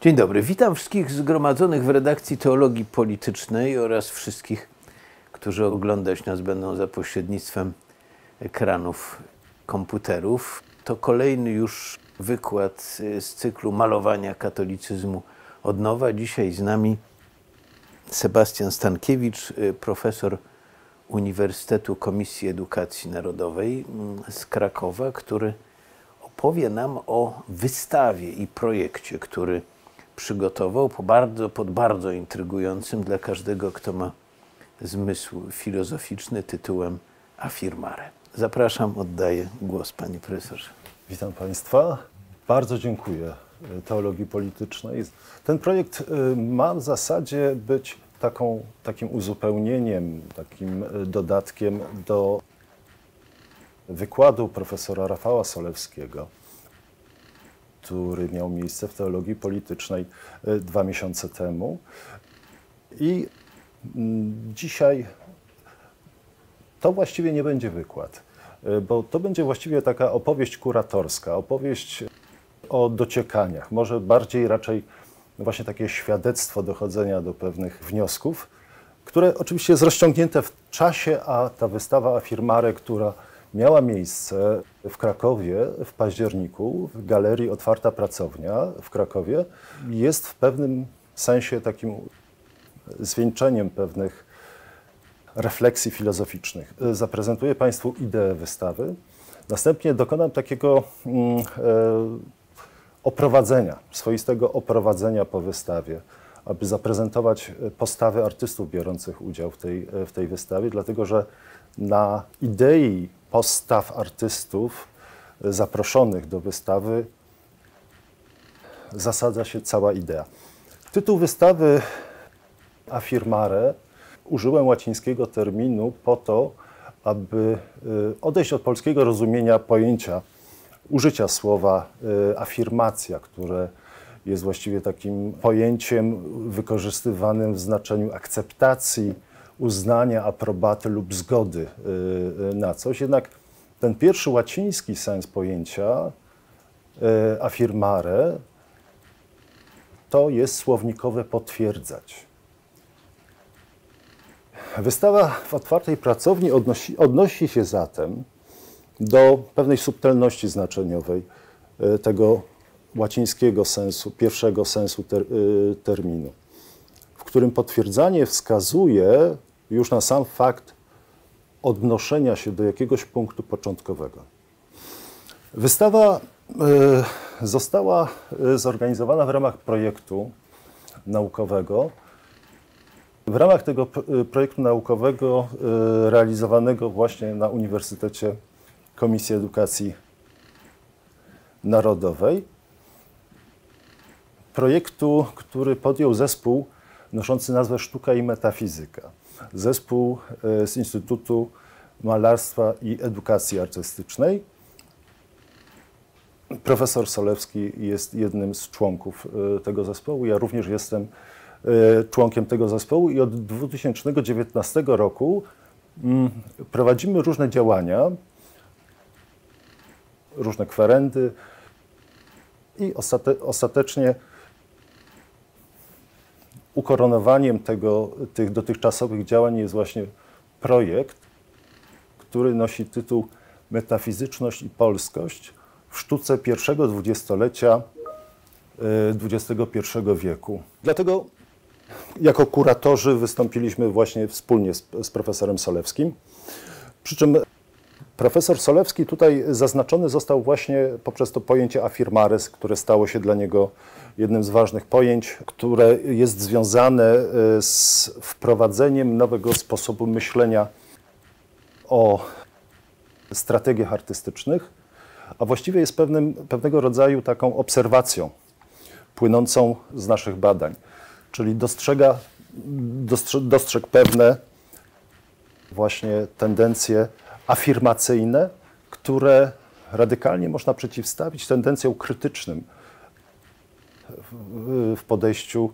Dzień dobry, witam wszystkich zgromadzonych w redakcji Teologii Politycznej oraz wszystkich, którzy oglądać nas będą za pośrednictwem ekranów komputerów. To kolejny już wykład z cyklu Malowania katolicyzmu od nowa. Dzisiaj z nami Sebastian Stankiewicz, profesor Uniwersytetu Komisji Edukacji Narodowej z Krakowa, który opowie nam o wystawie i projekcie, który przygotował pod bardzo intrygującym dla każdego, kto ma zmysł filozoficzny, tytułem Affirmare. Zapraszam, oddaję głos panie profesorze. Witam Państwa. Bardzo dziękuję Teologii Politycznej. Ten projekt ma w zasadzie być takim uzupełnieniem, takim dodatkiem do wykładu profesora Rafała Solewskiego, który miał miejsce w Teologii Politycznej 2 miesiące temu. I dzisiaj to właściwie nie będzie wykład, bo to będzie właściwie taka opowieść kuratorska, opowieść o dociekaniach, może bardziej raczej właśnie takie świadectwo dochodzenia do pewnych wniosków, które oczywiście jest rozciągnięte w czasie, a ta wystawa Affirmare, która miała miejsce w Krakowie w październiku w Galerii Otwarta Pracownia w Krakowie, jest w pewnym sensie takim zwieńczeniem pewnych refleksji filozoficznych. Zaprezentuję Państwu ideę wystawy. Następnie dokonam takiego swoistego oprowadzenia po wystawie, aby zaprezentować postawy artystów biorących udział w tej wystawie, dlatego że na idei postaw artystów zaproszonych do wystawy zasadza się cała idea. Tytuł wystawy Affirmare użyłem łacińskiego terminu po to, aby odejść od polskiego rozumienia pojęcia, użycia słowa afirmacja, które jest właściwie takim pojęciem wykorzystywanym w znaczeniu akceptacji, uznania, aprobaty lub zgody na coś. Jednak ten pierwszy łaciński sens pojęcia affirmare to jest słownikowe potwierdzać. Wystawa w Otwartej Pracowni odnosi się zatem do pewnej subtelności znaczeniowej tego łacińskiego sensu, pierwszego sensu terminu, w którym potwierdzanie wskazuje już na sam fakt odnoszenia się do jakiegoś punktu początkowego. Wystawa została zorganizowana w ramach projektu naukowego. W ramach tego projektu naukowego realizowanego właśnie na Uniwersytecie Komisji Edukacji Narodowej. Projektu, który podjął zespół noszący nazwę Sztuka i Metafizyka. Zespół z Instytutu Malarstwa i Edukacji Artystycznej. Profesor Solewski jest jednym z członków tego zespołu. Ja również jestem członkiem tego zespołu i od 2019 roku prowadzimy różne działania, różne kwerendy i ostatecznie ukoronowaniem tych dotychczasowych działań jest właśnie projekt, który nosi tytuł Metafizyczność i polskość w sztuce pierwszego dwudziestolecia XXI wieku. Dlatego jako kuratorzy wystąpiliśmy właśnie wspólnie z profesorem Solewskim. Przy czym profesor Solewski tutaj zaznaczony został właśnie poprzez to pojęcie affirmare, które stało się dla niego jednym z ważnych pojęć, które jest związane z wprowadzeniem nowego sposobu myślenia o strategiach artystycznych, a właściwie jest pewnego rodzaju taką obserwacją płynącą z naszych badań, czyli dostrzegł pewne właśnie tendencje afirmacyjne, które radykalnie można przeciwstawić tendencjom krytycznym w podejściu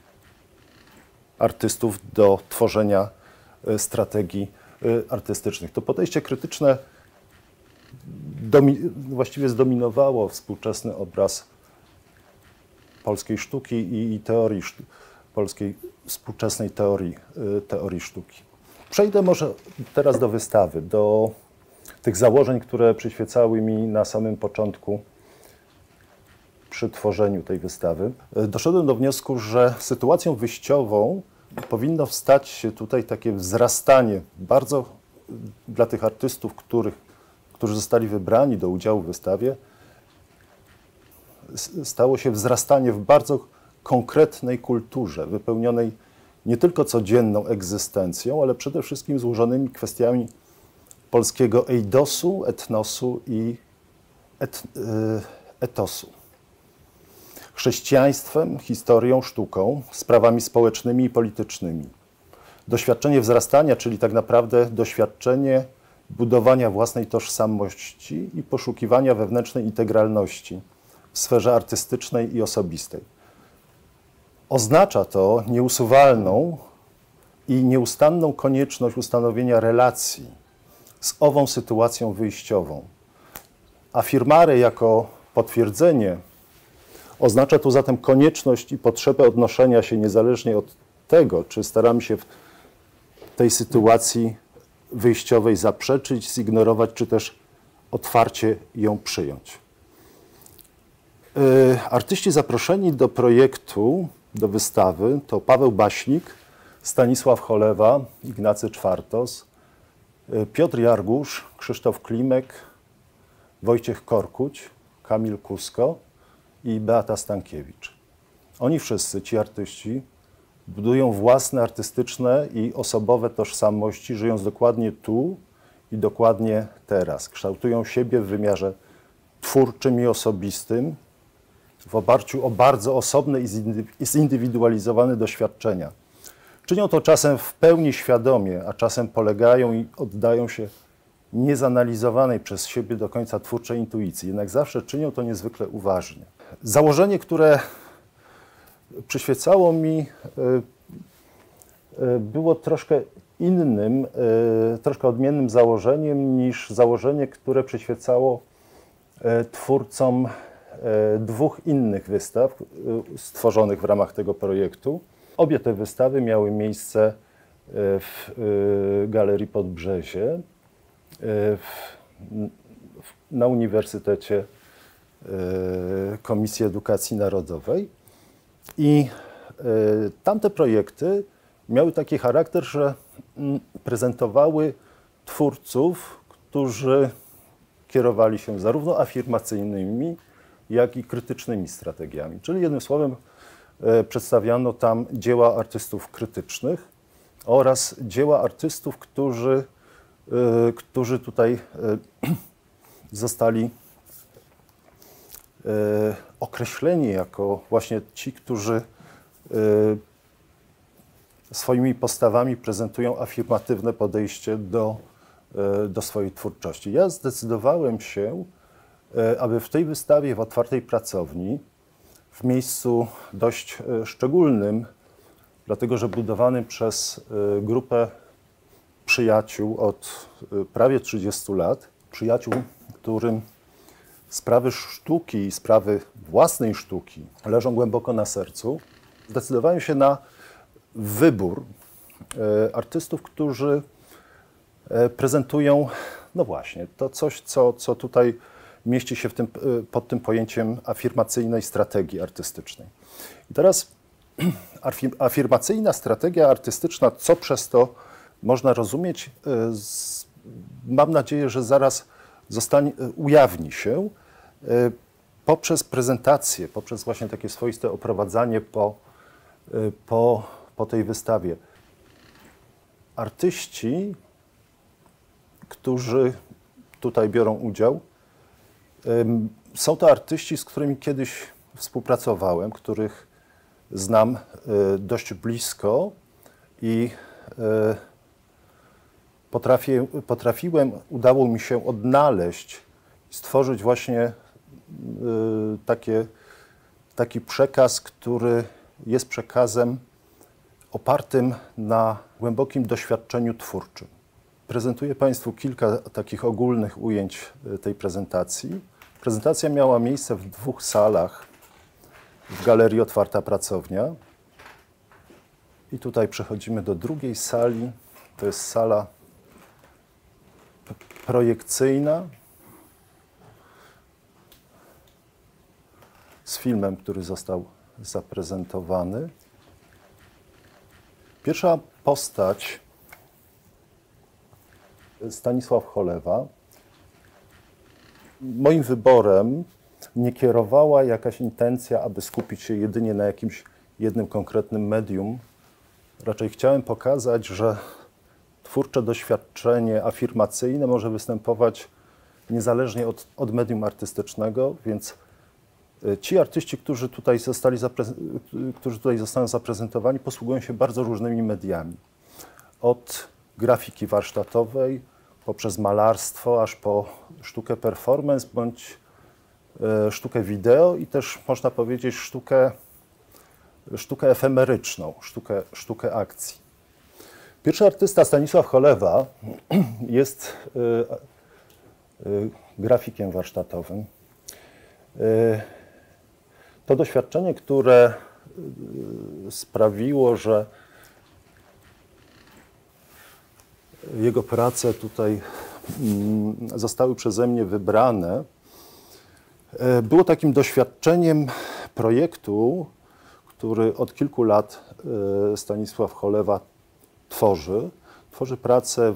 artystów do tworzenia strategii artystycznych. To podejście krytyczne właściwie zdominowało współczesny obraz polskiej sztuki i teorii, polskiej współczesnej teorii sztuki. Przejdę może teraz do wystawy, do tych założeń, które przyświecały mi na samym początku przy tworzeniu tej wystawy. Doszedłem do wniosku, że sytuacją wyjściową powinno stać się tutaj takie wzrastanie bardzo dla tych artystów, którzy zostali wybrani do udziału w wystawie, stało się wzrastanie w bardzo konkretnej kulturze, wypełnionej nie tylko codzienną egzystencją, ale przede wszystkim złożonymi kwestiami polskiego eidosu, etnosu i etosu. Chrześcijaństwem, historią, sztuką, sprawami społecznymi i politycznymi. Doświadczenie wzrastania, czyli tak naprawdę doświadczenie budowania własnej tożsamości i poszukiwania wewnętrznej integralności w sferze artystycznej i osobistej. Oznacza to nieusuwalną i nieustanną konieczność ustanowienia relacji z ową sytuacją wyjściową. Affirmare jako potwierdzenie oznacza tu zatem konieczność i potrzebę odnoszenia się niezależnie od tego, czy staramy się w tej sytuacji wyjściowej zaprzeczyć, zignorować, czy też otwarcie ją przyjąć. Artyści zaproszeni do projektu, do wystawy to Paweł Baśnik, Stanisław Cholewa, Ignacy Czwartos, Piotr Jargusz, Krzysztof Klimek, Wojciech Korkuć, Kamil Kusko i Beata Stankiewicz. Oni wszyscy, ci artyści, budują własne artystyczne i osobowe tożsamości, żyjąc dokładnie tu i dokładnie teraz. Kształtują siebie w wymiarze twórczym i osobistym, w oparciu o bardzo osobne i zindywidualizowane doświadczenia. Czynią to czasem w pełni świadomie, a czasem polegają i oddają się niezanalizowanej przez siebie do końca twórczej intuicji. Jednak zawsze czynią to niezwykle uważnie. Założenie, które przyświecało mi, było troszkę innym, troszkę odmiennym założeniem niż założenie, które przyświecało twórcom dwóch innych wystaw stworzonych w ramach tego projektu. Obie te wystawy miały miejsce w Galerii Podbrzezie, na Uniwersytecie Komisji Edukacji Narodowej. I tamte projekty miały taki charakter, że prezentowały twórców, którzy kierowali się zarówno afirmacyjnymi, jak i krytycznymi strategiami. Czyli jednym słowem przedstawiano tam dzieła artystów krytycznych oraz dzieła artystów, którzy tutaj zostali określeni jako właśnie ci, którzy swoimi postawami prezentują afirmatywne podejście do swojej twórczości. Ja zdecydowałem się, aby w tej wystawie w otwartej pracowni, w miejscu dość szczególnym, dlatego że budowanym przez grupę przyjaciół od prawie 30 lat, przyjaciół, którym sprawy sztuki i sprawy własnej sztuki leżą głęboko na sercu, zdecydowałem się na wybór artystów, którzy prezentują, no właśnie, to coś, co tutaj mieści się pod tym pojęciem afirmacyjnej strategii artystycznej. I teraz afirmacyjna strategia artystyczna, co przez to można rozumieć, mam nadzieję, że zaraz ujawni się poprzez prezentację, poprzez właśnie takie swoiste oprowadzanie po tej wystawie. Artyści, którzy tutaj biorą udział, są to artyści, z którymi kiedyś współpracowałem, których znam dość blisko i udało mi się odnaleźć, stworzyć właśnie taki przekaz, który jest przekazem opartym na głębokim doświadczeniu twórczym. Prezentuję Państwu kilka takich ogólnych ujęć tej prezentacji. Prezentacja miała miejsce w dwóch salach w Galerii Otwarta Pracownia. I tutaj przechodzimy do drugiej sali. To jest sala projekcyjna z filmem, który został zaprezentowany. Pierwsza postać, Stanisław Cholewa, moim wyborem nie kierowała jakaś intencja, aby skupić się jedynie na jakimś jednym konkretnym medium. Raczej chciałem pokazać, że twórcze doświadczenie afirmacyjne może występować niezależnie od medium artystycznego, więc ci artyści, którzy tutaj zostaną zaprezentowani, posługują się bardzo różnymi mediami. Od grafiki warsztatowej, poprzez malarstwo, aż po sztukę performance, bądź sztukę wideo i też, można powiedzieć, sztukę efemeryczną, sztukę akcji. Pierwszy artysta, Stanisław Cholewa, jest grafikiem warsztatowym. To doświadczenie, które sprawiło, że jego prace tutaj zostały przeze mnie wybrane, było takim doświadczeniem projektu, który od kilku lat Stanisław Cholewa tworzy. Tworzy pracę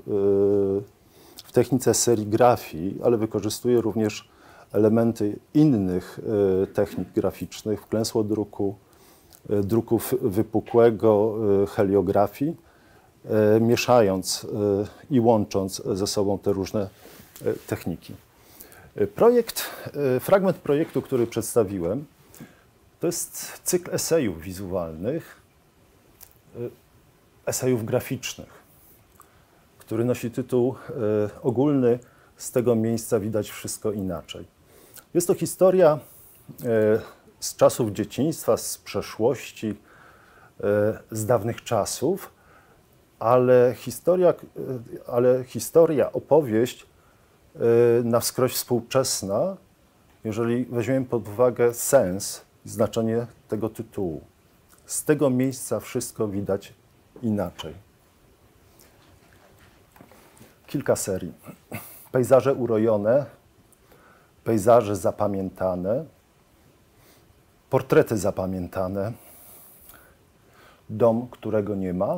w technice serigrafii, ale wykorzystuje również elementy innych technik graficznych, wklęsłodruku, druku wypukłego, heliografii, mieszając i łącząc ze sobą te różne techniki. Fragment projektu, który przedstawiłem, to jest cykl esejów wizualnych, esejów graficznych, który nosi tytuł ogólny "Z tego miejsca widać wszystko inaczej". Jest to historia z czasów dzieciństwa, z przeszłości, z dawnych czasów, ale historia, opowieść na wskroś współczesna, jeżeli weźmiemy pod uwagę sens i znaczenie tego tytułu. Z tego miejsca wszystko widać inaczej. Kilka serii. Pejzaże urojone, pejzaże zapamiętane, portrety zapamiętane, dom, którego nie ma,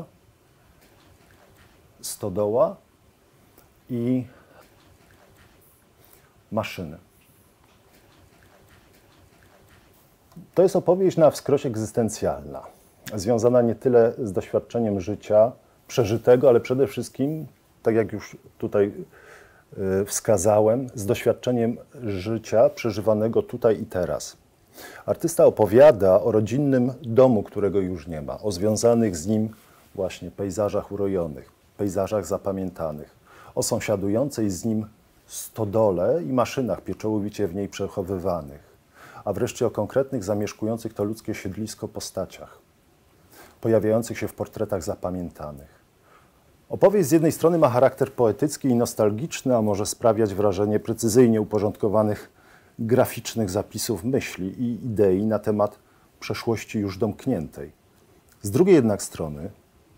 stodoła i maszyny. To jest opowieść na wskroś egzystencjalna, związana nie tyle z doświadczeniem życia przeżytego, ale przede wszystkim, tak jak już tutaj wskazałem, z doświadczeniem życia przeżywanego tutaj i teraz. Artysta opowiada o rodzinnym domu, którego już nie ma, o związanych z nim właśnie pejzażach urojonych, pejzażach zapamiętanych, o sąsiadującej z nim stodole i maszynach pieczołowicie w niej przechowywanych, a wreszcie o konkretnych zamieszkujących to ludzkie siedlisko postaciach, pojawiających się w portretach zapamiętanych. Opowieść z jednej strony ma charakter poetycki i nostalgiczny, a może sprawiać wrażenie precyzyjnie uporządkowanych graficznych zapisów myśli i idei na temat przeszłości już domkniętej. Z drugiej jednak strony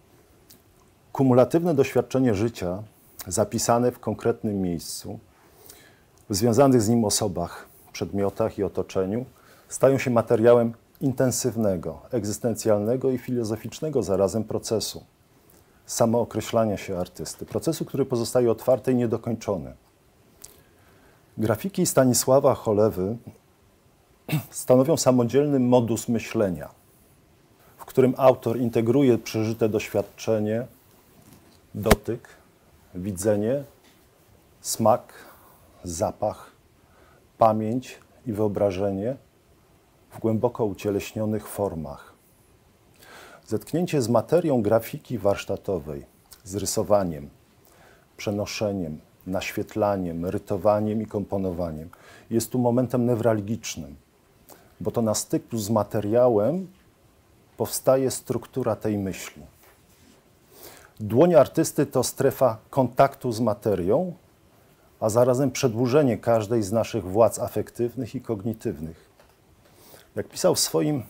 kumulatywne doświadczenie życia zapisane w konkretnym miejscu, w związanych z nim osobach, przedmiotach i otoczeniu, stają się materiałem intensywnego, egzystencjalnego i filozoficznego zarazem procesu samookreślania się artysty, procesu, który pozostaje otwarty i niedokończony. Grafiki Stanisława Cholewy stanowią samodzielny modus myślenia, w którym autor integruje przeżyte doświadczenie, dotyk, widzenie, smak, zapach, pamięć i wyobrażenie w głęboko ucieleśnionych formach. Zetknięcie z materią grafiki warsztatowej, z rysowaniem, przenoszeniem, naświetlaniem, rytowaniem i komponowaniem jest tu momentem newralgicznym, bo to na styku z materiałem powstaje struktura tej myśli. Dłoń artysty to strefa kontaktu z materią, a zarazem przedłużenie każdej z naszych władz afektywnych i kognitywnych. Jak pisał w swoim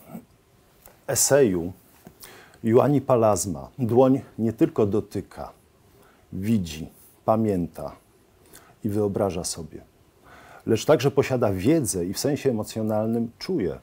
eseju Ioanni Palazma, dłoń nie tylko dotyka, widzi, pamięta i wyobraża sobie, lecz także posiada wiedzę i w sensie emocjonalnym czuje.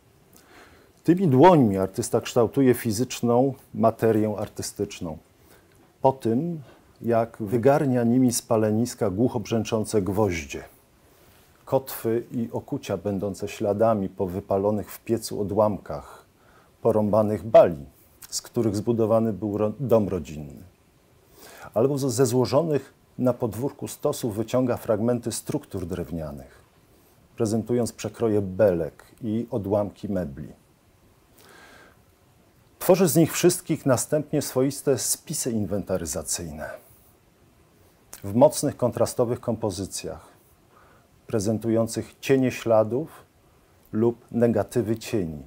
Tymi dłońmi artysta kształtuje fizyczną materię artystyczną. Po tym, jak wygarnia nimi z paleniska głucho brzęczące gwoździe, kotwy i okucia będące śladami po wypalonych w piecu odłamkach porąbanych bali, z których zbudowany był dom rodzinny. Albo ze złożonych na podwórku stosów wyciąga fragmenty struktur drewnianych, prezentując przekroje belek i odłamki mebli. Tworzy z nich wszystkich następnie swoiste spisy inwentaryzacyjne w mocnych, kontrastowych kompozycjach, prezentujących cienie śladów lub negatywy cieni.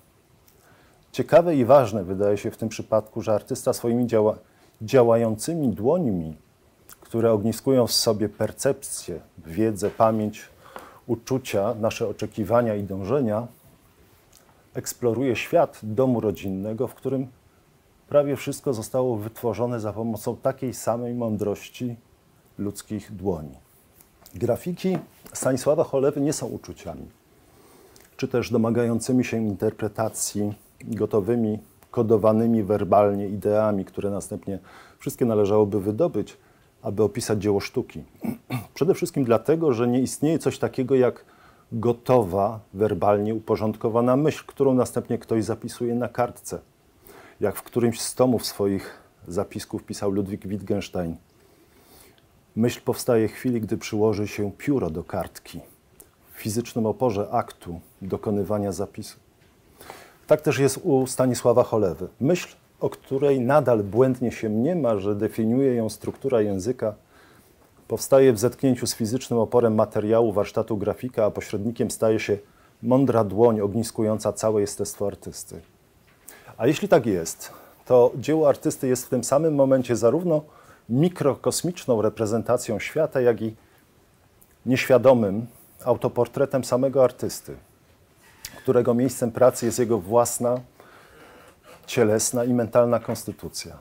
Ciekawe i ważne wydaje się w tym przypadku, że artysta swoimi działającymi dłońmi, które ogniskują w sobie percepcję, wiedzę, pamięć, uczucia, nasze oczekiwania i dążenia, eksploruje świat domu rodzinnego, w którym prawie wszystko zostało wytworzone za pomocą takiej samej mądrości ludzkich dłoni. Grafiki Stanisława Cholewy nie są uczuciami, czy też domagającymi się interpretacji, gotowymi, kodowanymi werbalnie ideami, które następnie wszystkie należałoby wydobyć, aby opisać dzieło sztuki. Przede wszystkim dlatego, że nie istnieje coś takiego jak gotowa, werbalnie uporządkowana myśl, którą następnie ktoś zapisuje na kartce. Jak w którymś z tomów swoich zapisków pisał Ludwik Wittgenstein. Myśl powstaje w chwili, gdy przyłoży się pióro do kartki, w fizycznym oporze aktu dokonywania zapisu. Tak też jest u Stanisława Cholewy. Myśl, o której nadal błędnie się mniema, że definiuje ją struktura języka, powstaje w zetknięciu z fizycznym oporem materiału warsztatu grafika, a pośrednikiem staje się mądra dłoń ogniskująca całe jestestwo artysty. A jeśli tak jest, to dzieło artysty jest w tym samym momencie zarówno mikrokosmiczną reprezentacją świata, jak i nieświadomym autoportretem samego artysty, którego miejscem pracy jest jego własna, cielesna i mentalna konstytucja.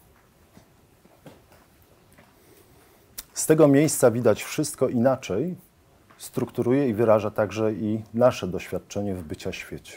Z tego miejsca widać wszystko inaczej, strukturuje i wyraża także i nasze doświadczenie w bycia świecie.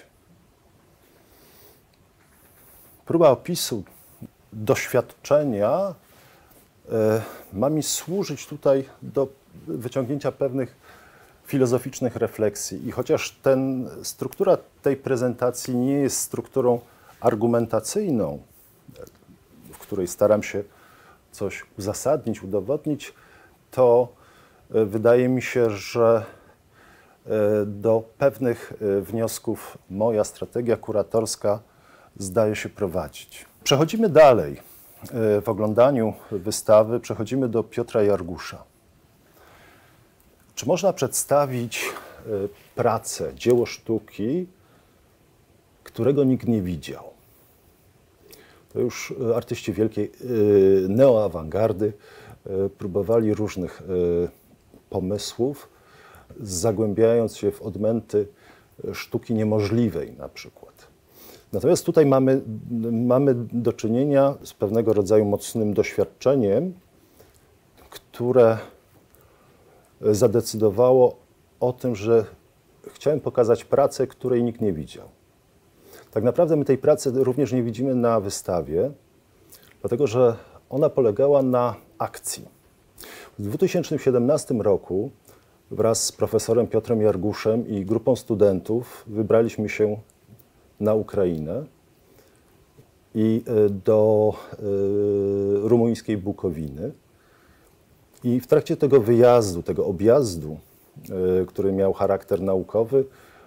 Próba opisu doświadczenia ma mi służyć tutaj do wyciągnięcia pewnych filozoficznych refleksji. I chociaż struktura tej prezentacji nie jest strukturą argumentacyjną, w której staram się coś uzasadnić, udowodnić, to wydaje mi się, że do pewnych wniosków moja strategia kuratorska zdaje się prowadzić. Przechodzimy dalej. W oglądaniu wystawy przechodzimy do Piotra Jargusza. Czy można przedstawić pracę, dzieło sztuki, którego nikt nie widział? To już artyści wielkiej neoawangardy próbowali różnych pomysłów, zagłębiając się w odmęty sztuki niemożliwej na przykład. Natomiast tutaj mamy do czynienia z pewnego rodzaju mocnym doświadczeniem, które zadecydowało o tym, że chciałem pokazać pracę, której nikt nie widział. Tak naprawdę my tej pracy również nie widzimy na wystawie, dlatego że ona polegała na akcji. W 2017 roku wraz z profesorem Piotrem Jarguszem i grupą studentów wybraliśmy się na Ukrainę i do rumuńskiej Bukowiny. I w trakcie tego wyjazdu, tego objazdu, który miał charakter naukowy,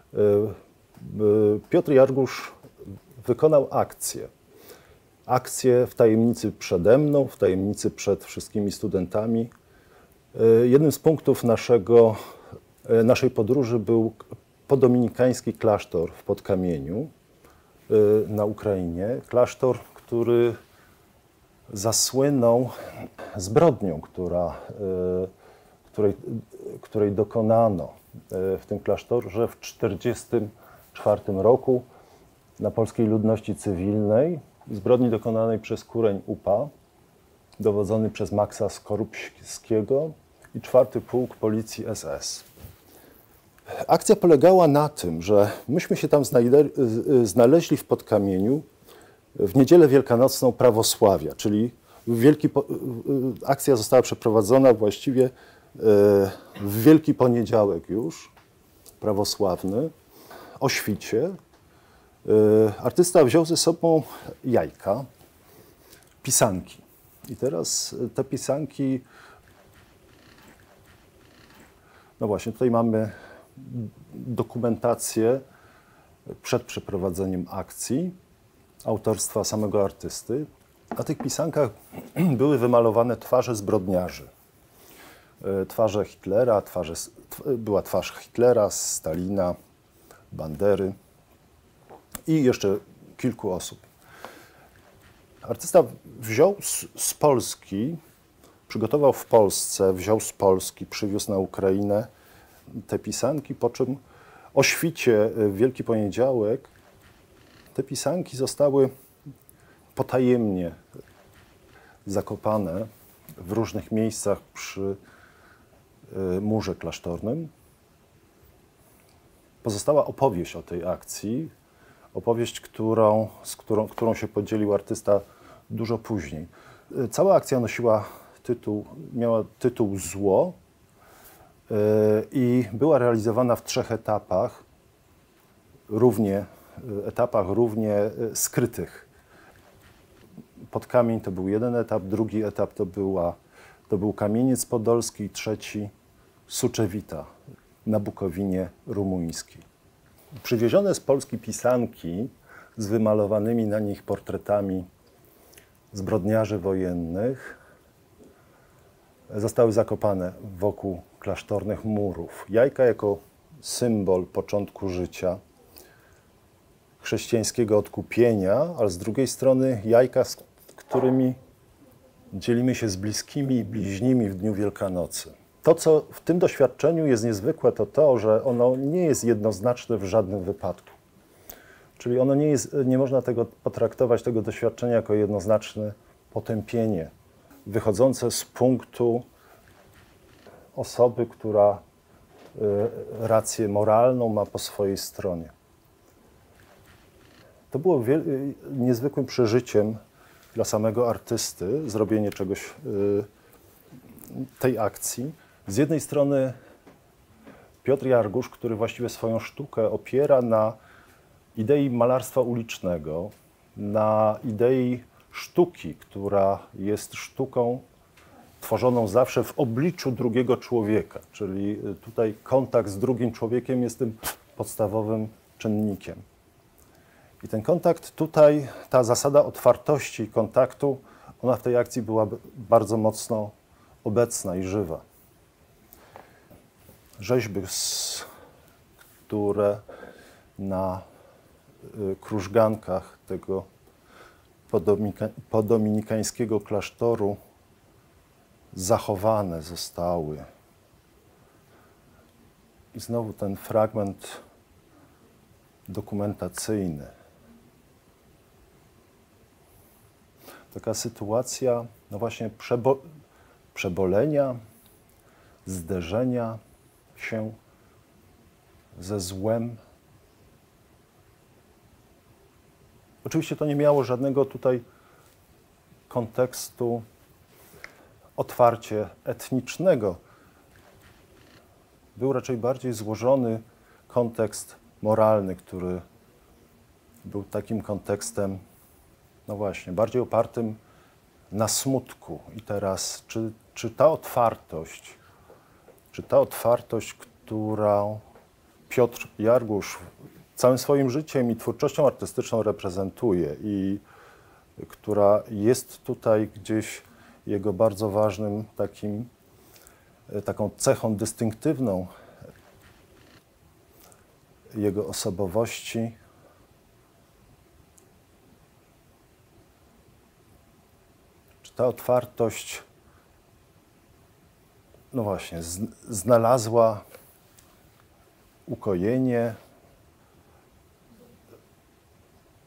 Piotr Jargusz wykonał akcję. Akcję w tajemnicy przede mną, w tajemnicy przed wszystkimi studentami. Jednym z punktów naszej podróży był podominikański klasztor w Podkamieniu na Ukrainie. Klasztor, który zasłynął zbrodnią, której dokonano w tym klasztorze w 1944 1944 roku na polskiej ludności cywilnej, zbrodni dokonanej przez Kureń UPA, dowodzony przez Maxa Skorupskiego i 4. Pułk Policji SS. Akcja polegała na tym, że myśmy się tam znaleźli w Podkamieniu w niedzielę wielkanocną prawosławia, czyli akcja została przeprowadzona właściwie w Wielki Poniedziałek już, prawosławny, o świcie. Artysta wziął ze sobą jajka, pisanki. I teraz te pisanki, no właśnie, tutaj mamy dokumentację przed przeprowadzeniem akcji, autorstwa samego artysty. Na tych pisankach były wymalowane twarze zbrodniarzy. Twarze Hitlera, była twarz Hitlera, Stalina, Bandery i jeszcze kilku osób. Artysta wziął z Polski, przygotował w Polsce, wziął z Polski, przywiózł na Ukrainę te pisanki, po czym o świcie w Wielki Poniedziałek te pisanki zostały potajemnie zakopane w różnych miejscach przy murze klasztornym. Pozostała opowieść o tej akcji, opowieść, którą się podzielił artysta dużo później. Cała akcja miała tytuł Zło i była realizowana w 3 etapach, równie skrytych. Podkamień to był jeden etap, drugi etap to był Kamieniec Podolski i trzeci Suczewita na Bukowinie rumuńskiej. Przywiezione z Polski pisanki z wymalowanymi na nich portretami zbrodniarzy wojennych zostały zakopane wokół klasztornych murów. Jajka jako symbol początku życia, chrześcijańskiego odkupienia, ale z drugiej strony jajka, z którymi dzielimy się z bliskimi i bliźnimi w dniu Wielkanocy. To, co w tym doświadczeniu jest niezwykłe, to to, że ono nie jest jednoznaczne w żadnym wypadku. Czyli ono nie można potraktować tego doświadczenia jako jednoznaczne potępienie, wychodzące z punktu osoby, która rację moralną ma po swojej stronie. To było niezwykłym przeżyciem dla samego artysty, zrobienie czegoś, tej akcji. Z jednej strony Piotr Jargusz, który właściwie swoją sztukę opiera na idei malarstwa ulicznego, na idei sztuki, która jest sztuką tworzoną zawsze w obliczu drugiego człowieka, czyli tutaj kontakt z drugim człowiekiem jest tym podstawowym czynnikiem. I ten kontakt tutaj, ta zasada otwartości i kontaktu, ona w tej akcji była bardzo mocno obecna i żywa. Rzeźby, które na krużgankach tego podominikańskiego klasztoru zachowane zostały. I znowu ten fragment dokumentacyjny. Taka sytuacja, no właśnie przebolenia, zderzenia się ze złem. Oczywiście to nie miało żadnego tutaj kontekstu otwarcie etnicznego. Był raczej bardziej złożony kontekst moralny, który był takim kontekstem, no właśnie, bardziej opartym na smutku. I teraz, czy ta otwartość, którą Piotr Jargusz całym swoim życiem i twórczością artystyczną reprezentuje i która jest tutaj gdzieś jego bardzo ważnym taką cechą dystynktywną jego osobowości, czy ta otwartość, no właśnie, znalazła ukojenie,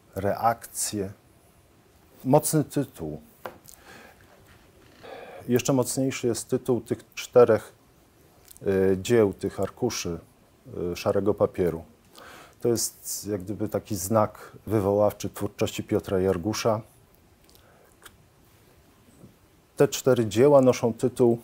reakcje. Mocny tytuł. Jeszcze mocniejszy jest tytuł tych 4 dzieł, tych arkuszy szarego papieru. To jest jak gdyby taki znak wywoławczy twórczości Piotra Jargusza. Te 4 dzieła noszą tytuł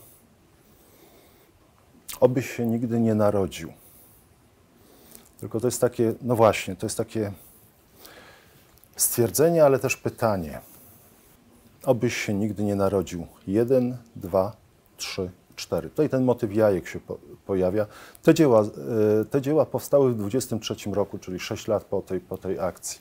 Obyś się nigdy nie narodził. Tylko to jest takie, no właśnie, to jest takie stwierdzenie, ale też pytanie. Obyś się nigdy nie narodził. 1, 2, 3, 4. Tutaj ten motyw jajek się pojawia. Te dzieła powstały w 1923 roku, czyli 6 lat po tej akcji.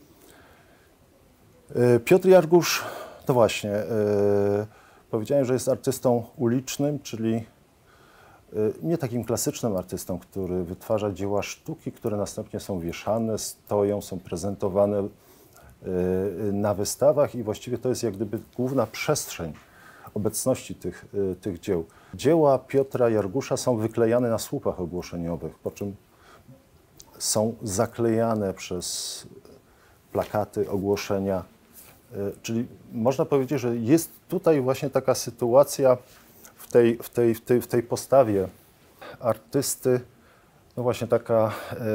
Piotr Jargusz, to właśnie, powiedziałem, że jest artystą ulicznym, czyli nie takim klasycznym artystą, który wytwarza dzieła sztuki, które następnie są wieszane, stoją, są prezentowane na wystawach i właściwie to jest jak gdyby główna przestrzeń obecności tych dzieł. Dzieła Piotra Jargusza są wyklejane na słupach ogłoszeniowych, po czym są zaklejane przez plakaty, ogłoszenia. Czyli można powiedzieć, że jest tutaj właśnie taka sytuacja w tej postawie artysty, no właśnie taka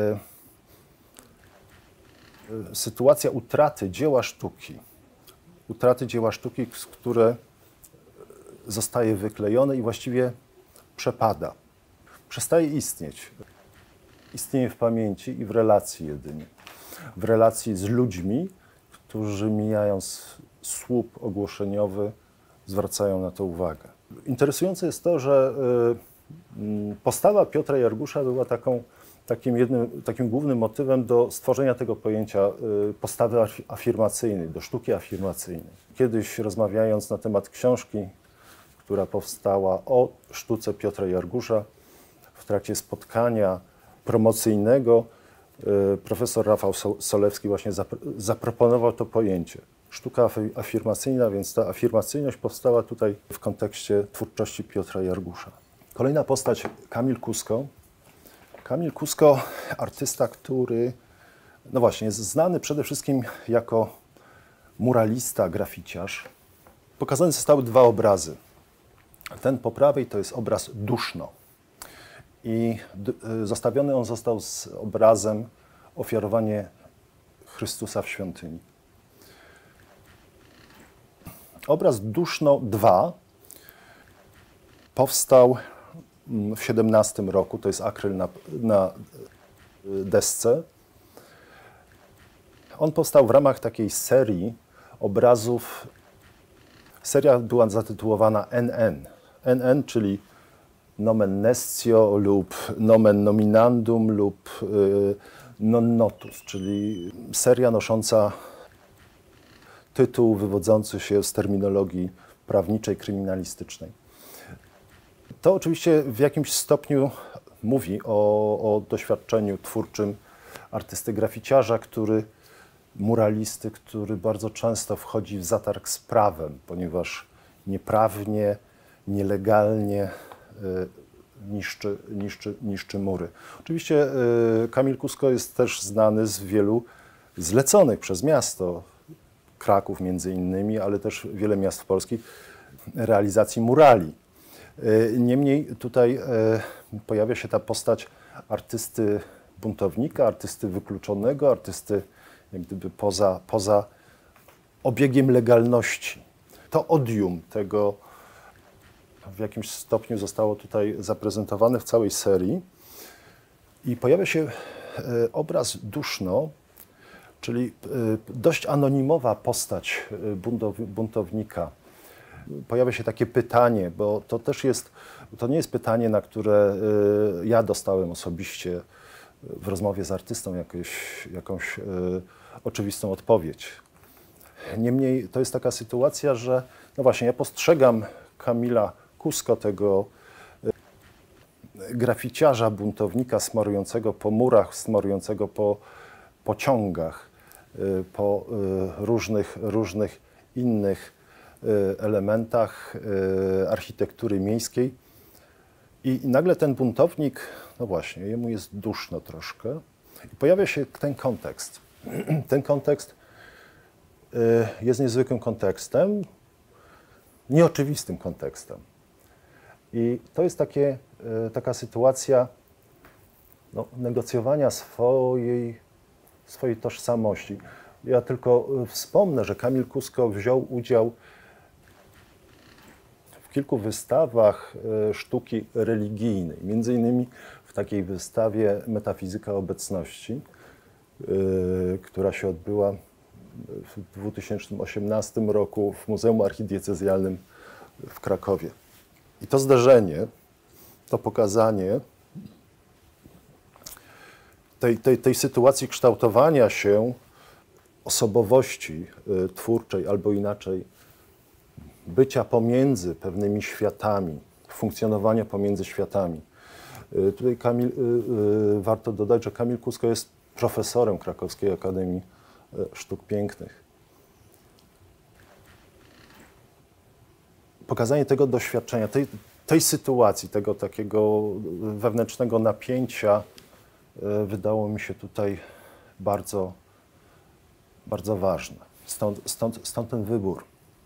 sytuacja utraty dzieła sztuki, które zostaje wyklejone i właściwie przepada, przestaje istnieć. Istnieje w pamięci i w relacji jedynie. W relacji z ludźmi, którzy mijając słup ogłoszeniowy zwracają na to uwagę. Interesujące jest to, że postawa Piotra Jargusza była takim głównym motywem do stworzenia tego pojęcia postawy afirmacyjnej, do sztuki afirmacyjnej. Kiedyś rozmawiając na temat książki, która powstała o sztuce Piotra Jargusza, w trakcie spotkania promocyjnego profesor Rafał Solewski właśnie zaproponował to pojęcie. Sztuka afirmacyjna, więc ta afirmacyjność powstała tutaj w kontekście twórczości Piotra Jargusza. Kolejna postać, Kamil Kusko. Kamil Kusko, artysta, który no właśnie jest znany przede wszystkim jako muralista, graficiarz. Pokazane zostały 2 obrazy. Ten po prawej to jest obraz Duszno. I zestawiony on został z obrazem Ofiarowanie Chrystusa w świątyni. Obraz Duszno 2 powstał w 17 roku, to jest akryl na desce. On powstał w ramach takiej serii obrazów. Seria była zatytułowana NN. NN, czyli nomen nestio lub nomen nominandum lub non notus, czyli seria nosząca tytuł wywodzący się z terminologii prawniczej, kryminalistycznej. To oczywiście w jakimś stopniu mówi o doświadczeniu twórczym artysty graficiarza, muralisty, który bardzo często wchodzi w zatarg z prawem, ponieważ nieprawnie, nielegalnie niszczy mury. Oczywiście Kamil Kusko jest też znany z wielu zleconych przez miasto, Kraków między innymi, ale też wiele miast polskich, realizacji murali. Niemniej tutaj pojawia się ta postać artysty buntownika, artysty wykluczonego, artysty jak gdyby poza obiegiem legalności. To odium tego w jakimś stopniu zostało tutaj zaprezentowane w całej serii i pojawia się obraz Duszno, czyli dość anonimowa postać buntownika. Pojawia się takie pytanie, bo to nie jest pytanie, na które ja dostałem osobiście w rozmowie z artystą jakąś oczywistą odpowiedź. Niemniej to jest taka sytuacja, że no właśnie ja postrzegam Kamila Kusko, tego graficiarza, buntownika smarującego po murach, smarującego po pociągach, po różnych innych elementach architektury miejskiej. I nagle ten buntownik, no właśnie, jemu jest duszno troszkę i pojawia się ten kontekst. Ten kontekst jest niezwykłym kontekstem, nieoczywistym kontekstem. I to jest taka sytuacja negocjowania swojej tożsamości. Ja tylko wspomnę, że Kamil Kusko wziął udział w kilku wystawach sztuki religijnej, między innymi w takiej wystawie Metafizyka obecności, która się odbyła w 2018 roku w Muzeum Archidiecezjalnym w Krakowie. I to zdarzenie, to pokazanie tej sytuacji kształtowania się osobowości twórczej, albo inaczej bycia pomiędzy pewnymi światami, funkcjonowania pomiędzy światami. Tutaj warto dodać, że Kamil Kusko jest profesorem Krakowskiej Akademii Sztuk Pięknych. Pokazanie tego doświadczenia, tej sytuacji, tego takiego wewnętrznego napięcia wydało mi się tutaj bardzo, bardzo ważne. Stąd ten wybór.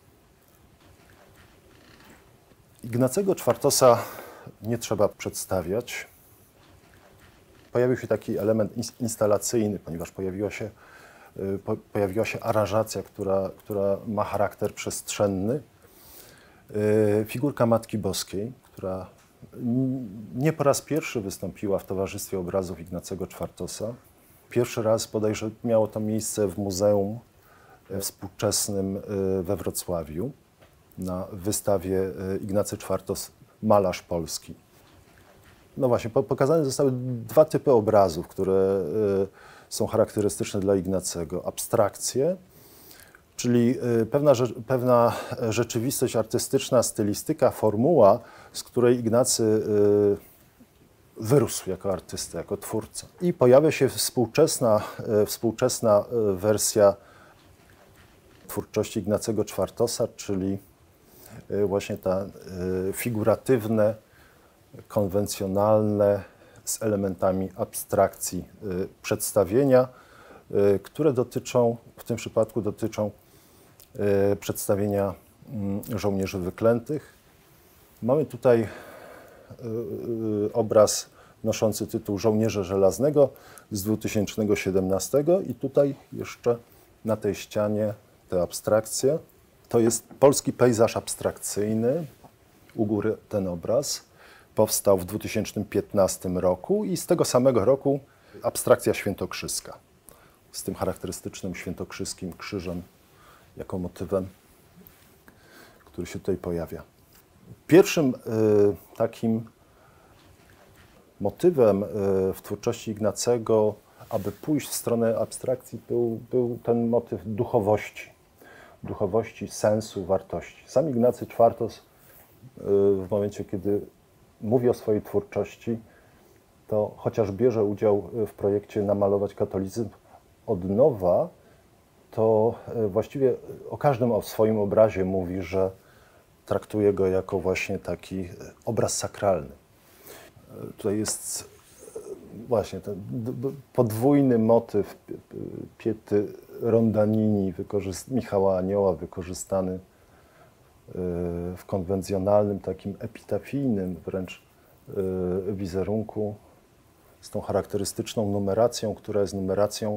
Ignacego Czwartosa nie trzeba przedstawiać. Pojawił się taki element instalacyjny, ponieważ pojawiła się aranżacja, która ma charakter przestrzenny. Figurka Matki Boskiej, która nie po raz pierwszy wystąpiła w Towarzystwie Obrazów Ignacego Czwartosa. Pierwszy raz bodajże miało to miejsce w Muzeum Współczesnym we Wrocławiu na wystawie Ignacy Czwartos Malarz Polski. No właśnie, pokazane zostały dwa typy obrazów, które są charakterystyczne dla Ignacego. Abstrakcje, czyli pewna rzeczywistość artystyczna, stylistyka, formuła, z której Ignacy wyrósł jako artysta, jako twórca. I pojawia się współczesna wersja twórczości Ignacego Czwartosa, czyli właśnie ta figuratywne, konwencjonalne, z elementami abstrakcji przedstawienia, które w tym przypadku dotyczą przedstawienia żołnierzy wyklętych. Mamy tutaj obraz noszący tytuł Żołnierza Żelaznego z 2017 i tutaj jeszcze na tej ścianie te abstrakcje. To jest polski pejzaż abstrakcyjny. U góry ten obraz powstał w 2015 roku i z tego samego roku abstrakcja świętokrzyska z tym charakterystycznym świętokrzyskim krzyżem jako motywem, który się tutaj pojawia. Pierwszym takim motywem w twórczości Ignacego, aby pójść w stronę abstrakcji, był ten motyw duchowości, sensu, wartości. Sam Ignacy Czwartos w momencie, kiedy mówi o swojej twórczości, to chociaż bierze udział w projekcie Namalować katolicyzm od nowa, to właściwie o każdym swoim obrazie mówi, że traktuje go jako właśnie taki obraz sakralny. Tutaj jest właśnie ten podwójny motyw Piety Rondanini, Michała Anioła, wykorzystany w konwencjonalnym, takim epitafijnym wręcz wizerunku, z tą charakterystyczną numeracją, która jest numeracją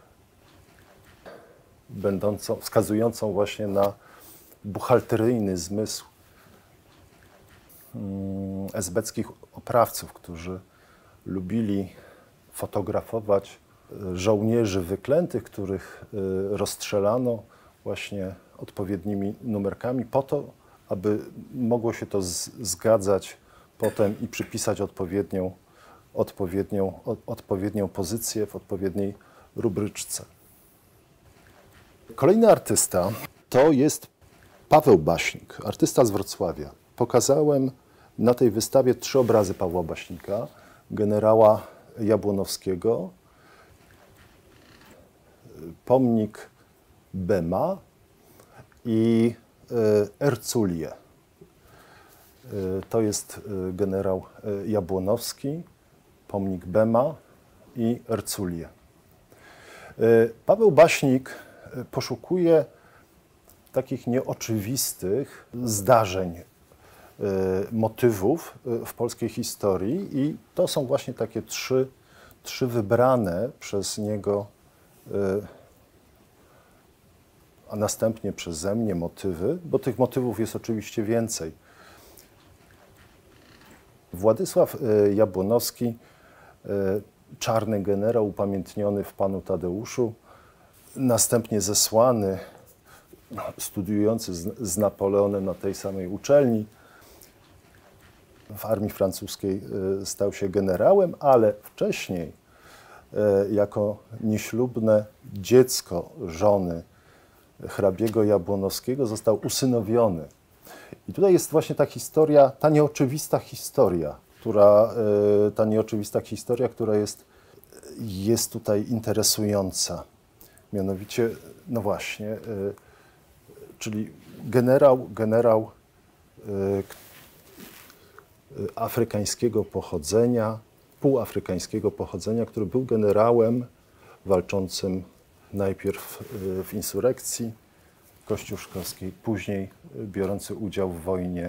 wskazującą właśnie na buchalteryjny zmysł esbeckich oprawców, którzy lubili fotografować żołnierzy wyklętych, których rozstrzelano właśnie odpowiednimi numerkami po to, aby mogło się to zgadzać potem i przypisać odpowiednią pozycję w odpowiedniej rubryczce. Kolejny artysta to jest Paweł Baśnik, artysta z Wrocławia. Pokazałem na tej wystawie 3 obrazy Pawła Baśnika, generała Jabłonowskiego, pomnik Bema i Erculię. To jest generał Jabłonowski, pomnik Bema i Erculię. Paweł Baśnik poszukuje takich nieoczywistych zdarzeń, motywów w polskiej historii i to są właśnie takie trzy wybrane przez niego, a następnie przeze mnie motywy, bo tych motywów jest oczywiście więcej. Władysław Jabłonowski, czarny generał upamiętniony w panu Tadeuszu, następnie zesłany, studiujący z Napoleonem na tej samej uczelni. W armii francuskiej stał się generałem, ale wcześniej jako nieślubne dziecko żony hrabiego Jabłonowskiego został usynowiony. I tutaj jest właśnie ta historia, ta nieoczywista historia, która jest tutaj interesująca. Mianowicie, no właśnie, czyli generał afrykańskiego pochodzenia, półafrykańskiego pochodzenia, który był generałem walczącym najpierw w insurekcji kościuszkowskiej, później biorący udział w wojnie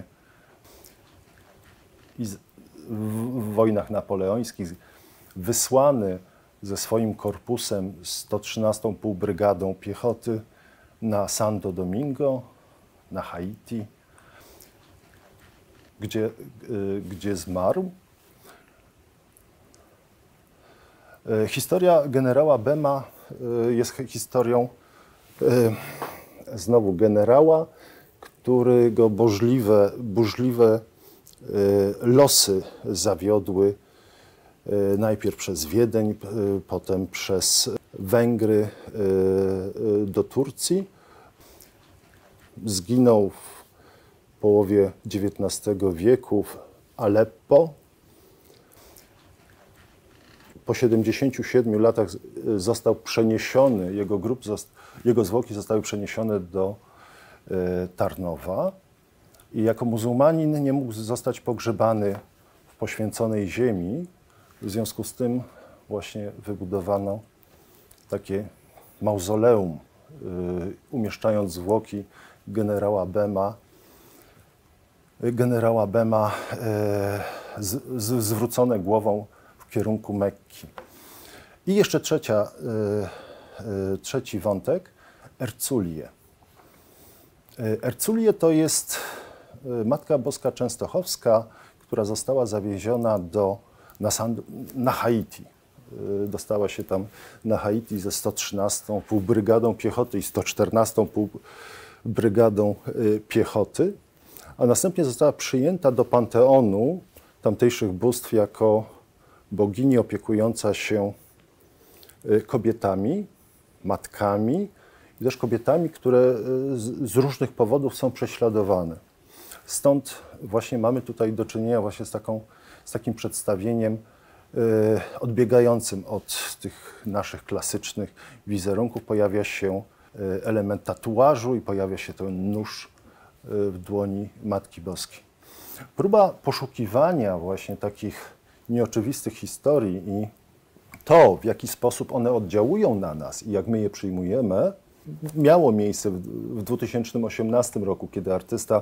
i w wojnach napoleońskich, wysłany ze swoim korpusem 113. Półbrygadą Piechoty na Santo Domingo, na Haiti, gdzie zmarł. Historia generała Bema jest historią znowu generała, którego burzliwe losy zawiodły najpierw przez Wiedeń, potem przez Węgry do Turcji. Zginął w połowie XIX wieku w Aleppo. Po 77 latach został przeniesiony, jego zwłoki zostały przeniesione do Tarnowa i jako muzułmanin nie mógł zostać pogrzebany w poświęconej ziemi. W związku z tym właśnie wybudowano takie mauzoleum, umieszczając zwłoki generała Bema zwrócone głową w kierunku Mekki. I jeszcze trzeci wątek, Erculie. Erculie to jest Matka Boska Częstochowska, która została zawieziona na Haiti. Dostała się tam na Haiti ze 113. Półbrygadą Piechoty i 114. Półbrygadą Piechoty, a następnie została przyjęta do panteonu tamtejszych bóstw jako bogini opiekująca się kobietami, matkami i też kobietami, które z różnych powodów są prześladowane. Stąd właśnie mamy tutaj do czynienia właśnie z takim przedstawieniem odbiegającym od tych naszych klasycznych wizerunków. Pojawia się element tatuażu i pojawia się ten nóż w dłoni Matki Boskiej. Próba poszukiwania właśnie takich nieoczywistych historii i to, w jaki sposób one oddziałują na nas i jak my je przyjmujemy, miało miejsce w 2018 roku, kiedy artysta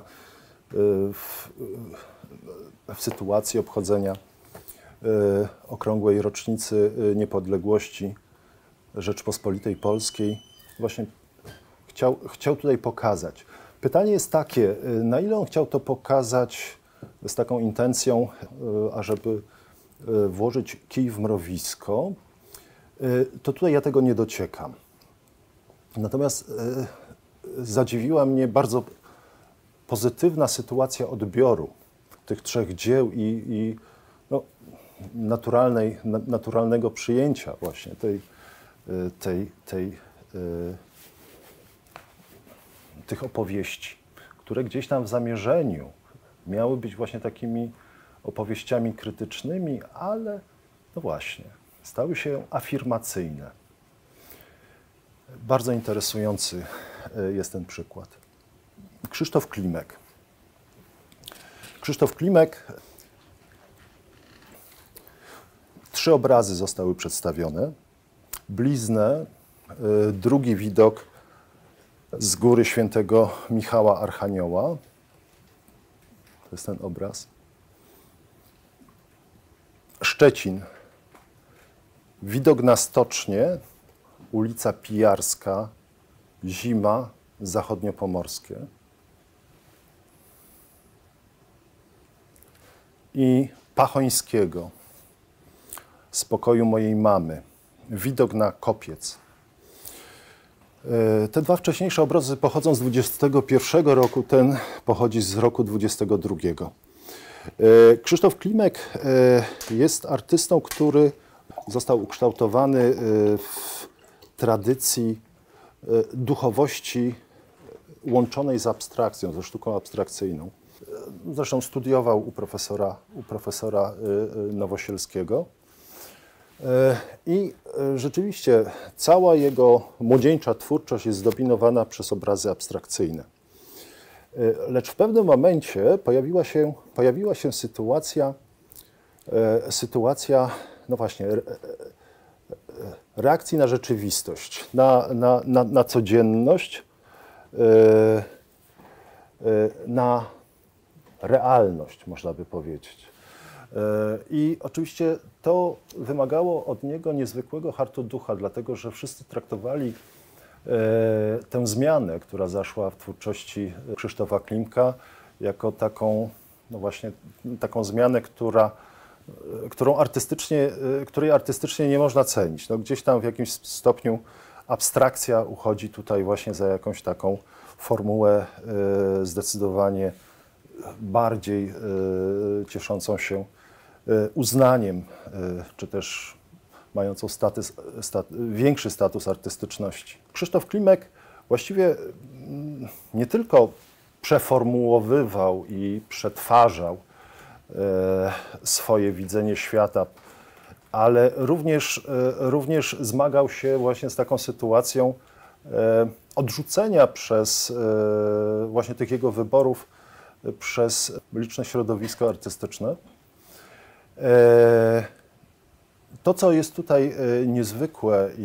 w sytuacji obchodzenia okrągłej rocznicy niepodległości Rzeczpospolitej Polskiej właśnie chciał tutaj pokazać. Pytanie jest takie, na ile on chciał to pokazać z taką intencją, ażeby włożyć kij w mrowisko, to tutaj ja tego nie dociekam. Natomiast zadziwiła mnie bardzo pozytywna sytuacja odbioru tych trzech dzieł i no, naturalnego przyjęcia właśnie tych opowieści, które gdzieś tam w zamierzeniu miały być właśnie takimi opowieściami krytycznymi, ale no właśnie, stały się afirmacyjne. Bardzo interesujący jest ten przykład. Krzysztof Klimek. Krzysztof Klimek, 3 obrazy zostały przedstawione. Bliznę drugi widok z góry świętego Michała Archanioła. To jest ten obraz. Szczecin. Widok na stocznię, ulica Pijarska, zima, zachodniopomorskie. I Pachońskiego, z pokoju mojej mamy, widok na Kopiec. Te dwa wcześniejsze obrazy pochodzą z 21 roku, ten pochodzi z roku 22. Krzysztof Klimek jest artystą, który został ukształtowany w tradycji duchowości łączonej z abstrakcją, ze sztuką abstrakcyjną. Zresztą studiował u profesora Nowosielskiego. I rzeczywiście cała jego młodzieńcza twórczość jest zdominowana przez obrazy abstrakcyjne. Lecz w pewnym momencie pojawiła się sytuacja no właśnie, reakcji na rzeczywistość, na codzienność, na realność, można by powiedzieć. I oczywiście to wymagało od niego niezwykłego hartu ducha, dlatego że wszyscy traktowali tę zmianę, która zaszła w twórczości Krzysztofa Klimka, jako taką, no właśnie, taką zmianę, której artystycznie nie można cenić. No, gdzieś tam w jakimś stopniu abstrakcja uchodzi tutaj właśnie za jakąś taką formułę zdecydowanie bardziej cieszącą się uznaniem, czy też mającą większy status artystyczności. Krzysztof Klimek właściwie nie tylko przeformułowywał i przetwarzał swoje widzenie świata, ale również zmagał się właśnie z taką sytuacją odrzucenia przez właśnie tych jego wyborów przez liczne środowisko artystyczne. To, co jest tutaj niezwykłe i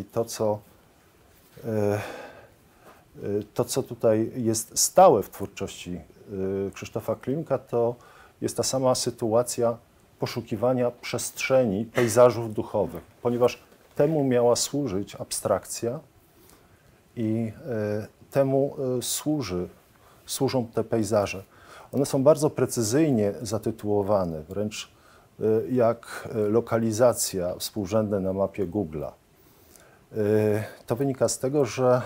to, co tutaj jest stałe w twórczości Krzysztofa Klimka, to jest ta sama sytuacja poszukiwania przestrzeni, pejzażów duchowych, ponieważ temu miała służyć abstrakcja i temu służą te pejzaże. One są bardzo precyzyjnie zatytułowane, wręcz jak lokalizacja współrzędne na mapie Google'a. To wynika z tego, że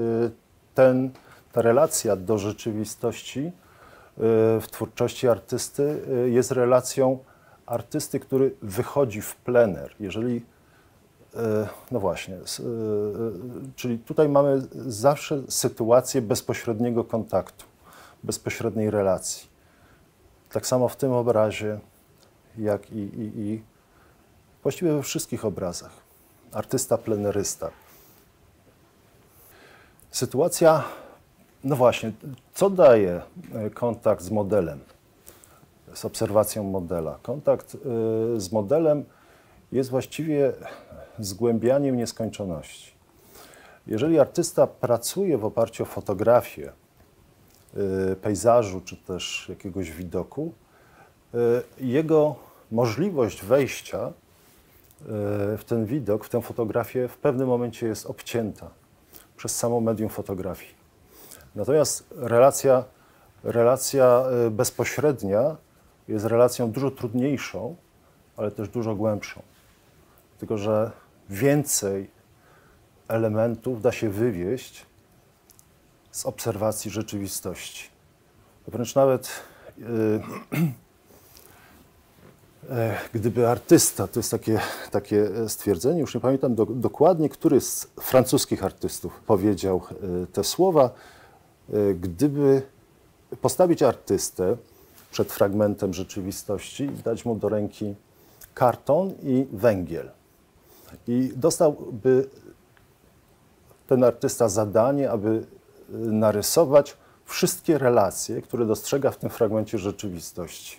ta relacja do rzeczywistości w twórczości artysty jest relacją artysty, który wychodzi w plener. Jeżeli, no właśnie, czyli tutaj mamy zawsze sytuację bezpośredniego kontaktu, bezpośredniej relacji. Tak samo w tym obrazie, jak i właściwie we wszystkich obrazach. Artysta plenerysta. Sytuacja, no właśnie, co daje kontakt z modelem, z obserwacją modela? Kontakt z modelem jest właściwie zgłębianiem nieskończoności. Jeżeli artysta pracuje w oparciu o fotografię pejzażu czy też jakiegoś widoku, jego możliwość wejścia w ten widok, w tę fotografię w pewnym momencie jest obcięta przez samo medium fotografii. Natomiast relacja bezpośrednia jest relacją dużo trudniejszą, ale też dużo głębszą. Tylko że więcej elementów da się wywieźć z obserwacji rzeczywistości. Wręcz nawet gdyby artysta, to jest takie stwierdzenie, już nie pamiętam dokładnie, który z francuskich artystów powiedział te słowa, gdyby postawić artystę przed fragmentem rzeczywistości, dać mu do ręki karton i węgiel. I dostałby ten artysta zadanie, aby narysować wszystkie relacje, które dostrzega w tym fragmencie rzeczywistości.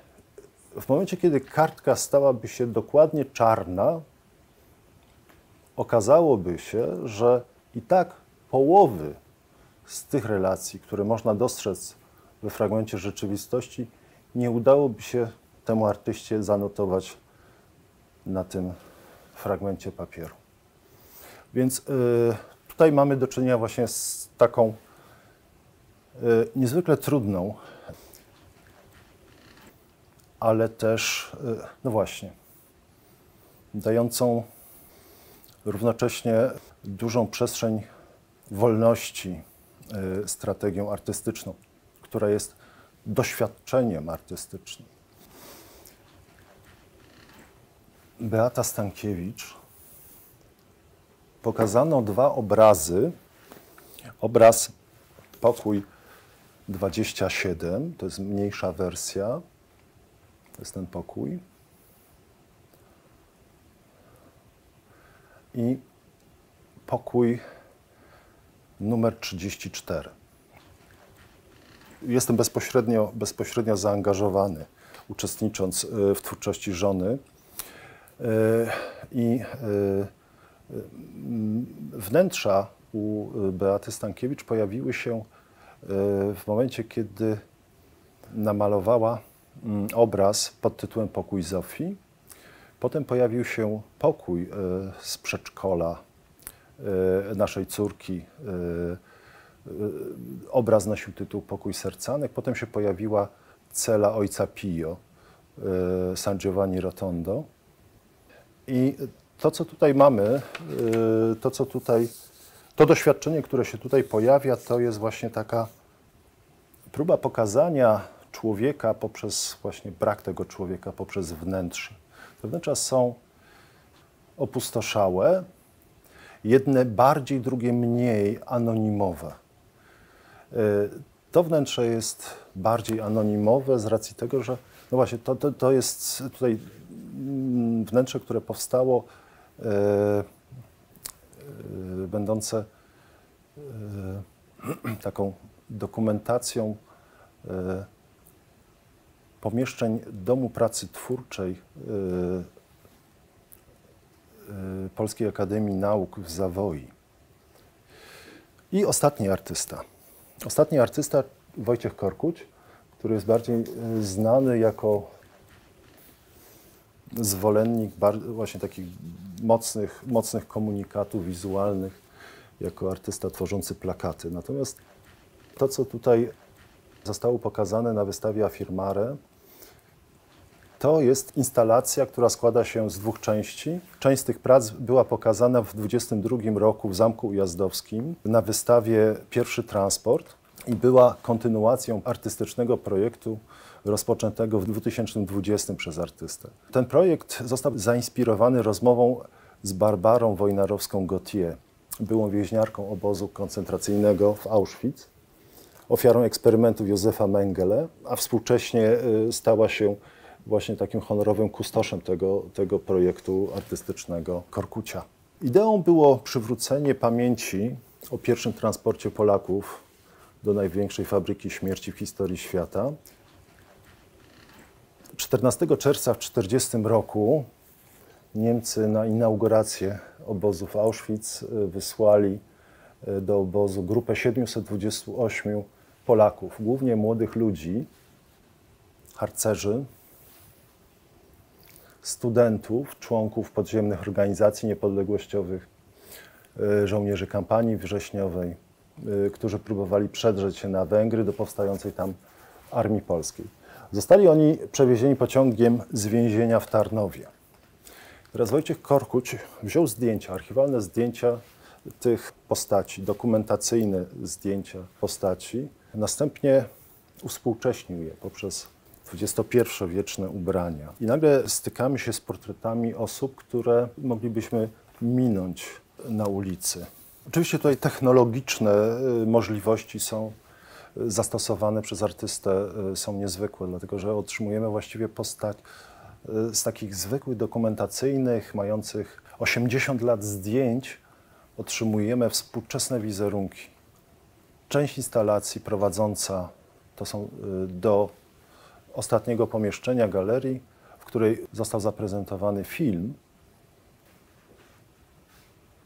W momencie, kiedy kartka stałaby się dokładnie czarna, okazałoby się, że i tak połowy z tych relacji, które można dostrzec we fragmencie rzeczywistości, nie udałoby się temu artyście zanotować na tym fragmencie papieru. Więc tutaj mamy do czynienia właśnie z taką niezwykle trudną, ale też, no właśnie, dającą równocześnie dużą przestrzeń wolności strategią artystyczną, która jest doświadczeniem artystycznym. Beata Stankiewicz pokazano dwa obrazy. Obraz Pokój 27, to jest mniejsza wersja, to jest ten pokój. I pokój numer 34. Jestem bezpośrednio zaangażowany, uczestnicząc w twórczości żony. I wnętrza u Beaty Stankiewicz pojawiły się w momencie, kiedy namalowała obraz pod tytułem Pokój Zofii. Potem pojawił się pokój z przedszkola naszej córki. Obraz nosił tytuł Pokój Sercanek. Potem się pojawiła cela ojca Pio, San Giovanni Rotondo. I to, co tutaj mamy, to doświadczenie, które się tutaj pojawia, to jest właśnie taka próba pokazania człowieka poprzez właśnie brak tego człowieka, poprzez wnętrze. Te wnętrza są opustoszałe, jedne bardziej, drugie mniej anonimowe. To wnętrze jest bardziej anonimowe z racji tego, że no właśnie to jest tutaj wnętrze, które powstało będące taką dokumentacją pomieszczeń Domu Pracy Twórczej Polskiej Akademii Nauk w Zawoi. I ostatni artysta Wojciech Korkuć, który jest bardziej znany jako zwolennik właśnie takich mocnych komunikatów wizualnych, jako artysta tworzący plakaty. Natomiast to, co tutaj zostało pokazane na wystawie Afirmare, to jest instalacja, która składa się z dwóch części. Część z tych prac była pokazana w 1922 roku w Zamku Ujazdowskim na wystawie Pierwszy Transport i była kontynuacją artystycznego projektu rozpoczętego w 2020 przez artystę. Ten projekt został zainspirowany rozmową z Barbarą Wojnarowską-Gautier, byłą więźniarką obozu koncentracyjnego w Auschwitz, ofiarą eksperymentów Józefa Mengele, a współcześnie stała się właśnie takim honorowym kustoszem tego projektu artystycznego Korkucia. Ideą było przywrócenie pamięci o pierwszym transporcie Polaków do największej fabryki śmierci w historii świata. 14 czerwca w 1940 roku Niemcy na inaugurację obozu w Auschwitz wysłali do obozu grupę 728 Polaków, głównie młodych ludzi, harcerzy, studentów, członków podziemnych organizacji niepodległościowych, żołnierzy kampanii wrześniowej, którzy próbowali przedrzeć się na Węgry do powstającej tam Armii Polskiej. Zostali oni przewiezieni pociągiem z więzienia w Tarnowie. Teraz Wojciech Korkuć wziął zdjęcia, archiwalne zdjęcia tych postaci, dokumentacyjne zdjęcia postaci, następnie uwspółcześnił je poprzez XXI-wieczne ubrania. I nagle stykamy się z portretami osób, które moglibyśmy minąć na ulicy. Oczywiście tutaj technologiczne możliwości są zastosowane przez artystę, są niezwykłe, dlatego że otrzymujemy właściwie postać z takich zwykłych dokumentacyjnych, mających 80 lat zdjęć, otrzymujemy współczesne wizerunki. Część instalacji prowadząca to są do ostatniego pomieszczenia galerii, w której został zaprezentowany film.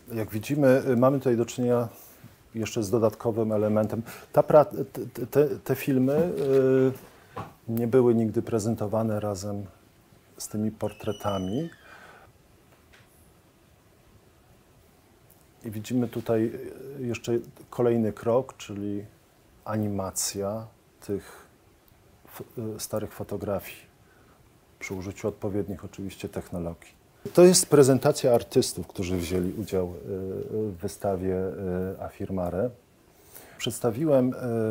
Jak widzimy, mamy tutaj do czynienia jeszcze z dodatkowym elementem. Te filmy nie były nigdy prezentowane razem z tymi portretami. I widzimy tutaj jeszcze kolejny krok, czyli animacja tych starych fotografii przy użyciu odpowiednich oczywiście technologii. To jest prezentacja artystów, którzy wzięli udział w wystawie Afirmare. Przedstawiłem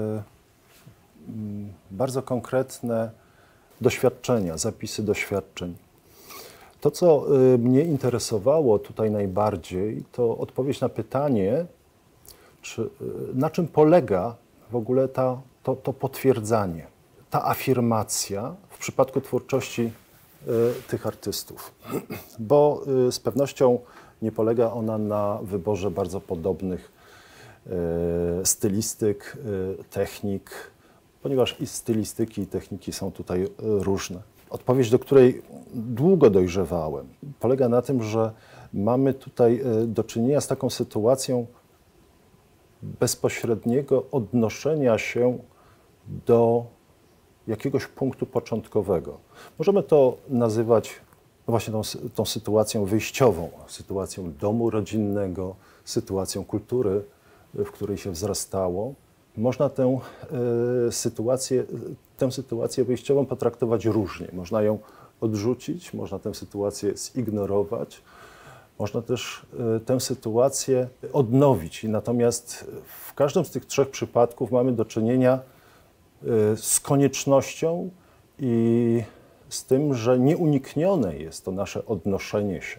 bardzo konkretne doświadczenia, zapisy doświadczeń. To, co mnie interesowało tutaj najbardziej, to odpowiedź na pytanie, na czym polega w ogóle to potwierdzanie, ta afirmacja w przypadku twórczości tych artystów. Bo z pewnością nie polega ona na wyborze bardzo podobnych stylistyk, technik, ponieważ i stylistyki, i techniki są tutaj różne. Odpowiedź, do której długo dojrzewałem, polega na tym, że mamy tutaj do czynienia z taką sytuacją bezpośredniego odnoszenia się do jakiegoś punktu początkowego. Możemy to nazywać właśnie tą sytuacją wyjściową, sytuacją domu rodzinnego, sytuacją kultury, w której się wzrastało. Można tę sytuację wyjściową potraktować różnie. Można ją odrzucić, można tę sytuację zignorować, można też tę sytuację odnowić. Natomiast w każdym z tych trzech przypadków mamy do czynienia z koniecznością i z tym, że nieuniknione jest to nasze odnoszenie się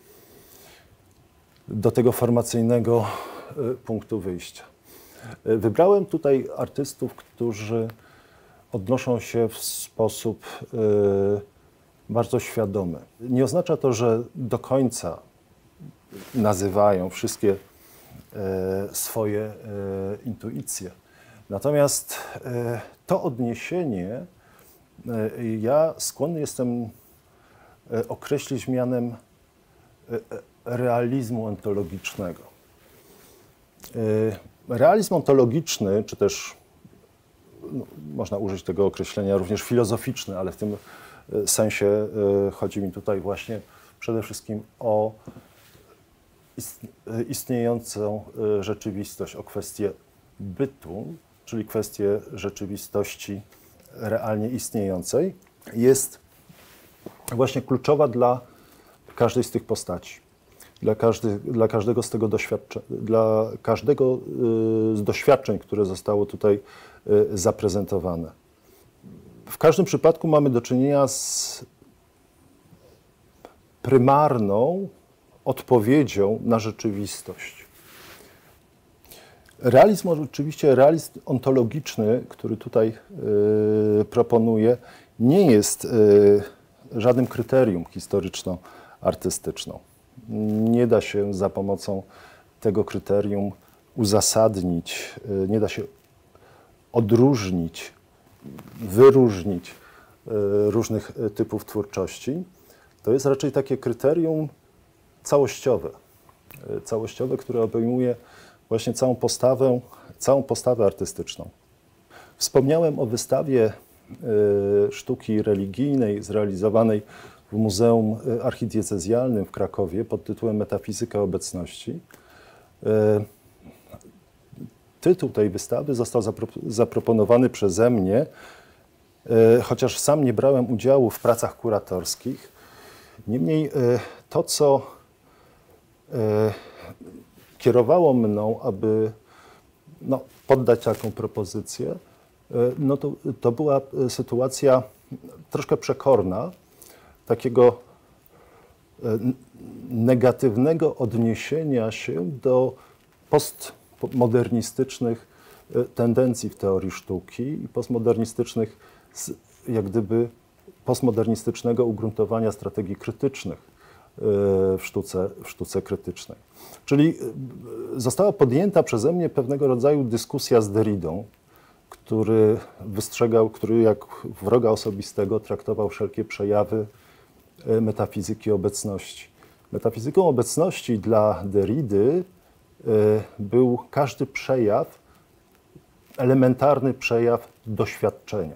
do tego formacyjnego punktu wyjścia. Wybrałem tutaj artystów, którzy odnoszą się w sposób bardzo świadomy. Nie oznacza to, że do końca nazywają wszystkie swoje intuicje. Natomiast to odniesienie ja skłonny jestem określić mianem realizmu ontologicznego. Realizm ontologiczny, czy też można użyć tego określenia również filozoficzny, ale w tym sensie chodzi mi tutaj właśnie przede wszystkim o istniejącą rzeczywistość, o kwestię bytu, czyli kwestię rzeczywistości realnie istniejącej, jest właśnie kluczowa dla każdej z tych postaci, dla każdego z tego dla każdego z doświadczeń, które zostało tutaj zaprezentowane. W każdym przypadku mamy do czynienia z prymarną odpowiedzią na rzeczywistość. Realizm, oczywiście realizm ontologiczny, który tutaj proponuję, nie jest żadnym kryterium historyczno-artystyczną. Nie da się za pomocą tego kryterium uzasadnić, nie da się odróżnić, wyróżnić różnych typów twórczości. To jest raczej takie kryterium całościowe, które obejmuje właśnie całą postawę artystyczną. Wspomniałem o wystawie sztuki religijnej zrealizowanej w Muzeum Archidiecezjalnym w Krakowie pod tytułem Metafizyka obecności. Tytuł tej wystawy został zaproponowany przeze mnie, chociaż sam nie brałem udziału w pracach kuratorskich. Niemniej to, co kierowało mną, aby poddać taką propozycję, to była sytuacja troszkę przekorna, takiego negatywnego odniesienia się do postmodernistycznych tendencji w teorii sztuki i postmodernistycznych, jak gdyby postmodernistycznego ugruntowania strategii krytycznych w sztuce krytycznej. Czyli została podjęta przeze mnie pewnego rodzaju dyskusja z Derridą, który jak wroga osobistego traktował wszelkie przejawy metafizyki obecności. Metafizyką obecności dla Derrida był każdy przejaw, elementarny przejaw doświadczenia,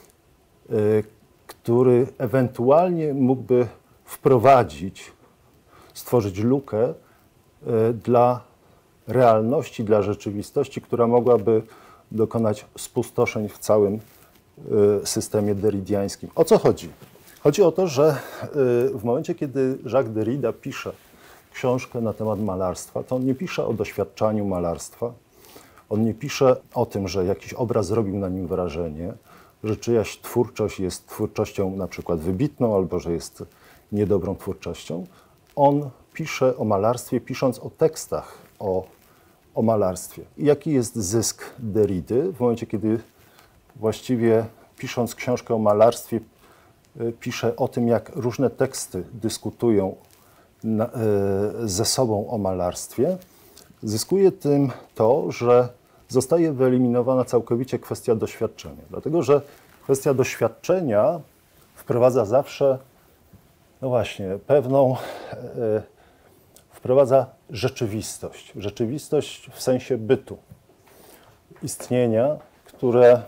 który ewentualnie mógłby wprowadzić, stworzyć lukę dla realności, dla rzeczywistości, która mogłaby dokonać spustoszeń w całym systemie derridiańskim. O co chodzi? Chodzi o to, że w momencie, kiedy Jacques Derrida pisze książkę na temat malarstwa, to on nie pisze o doświadczaniu malarstwa, on nie pisze o tym, że jakiś obraz zrobił na nim wrażenie, że czyjaś twórczość jest twórczością na przykład wybitną albo że jest niedobrą twórczością. On pisze o malarstwie, pisząc o tekstach o malarstwie. I jaki jest zysk Derridy w momencie, kiedy właściwie pisząc książkę o malarstwie pisze o tym, jak różne teksty dyskutują ze sobą o malarstwie, zyskuje tym to, że zostaje wyeliminowana całkowicie kwestia doświadczenia. Dlatego, że kwestia doświadczenia wprowadza zawsze, no właśnie, wprowadza rzeczywistość. Rzeczywistość w sensie bytu, istnienia, które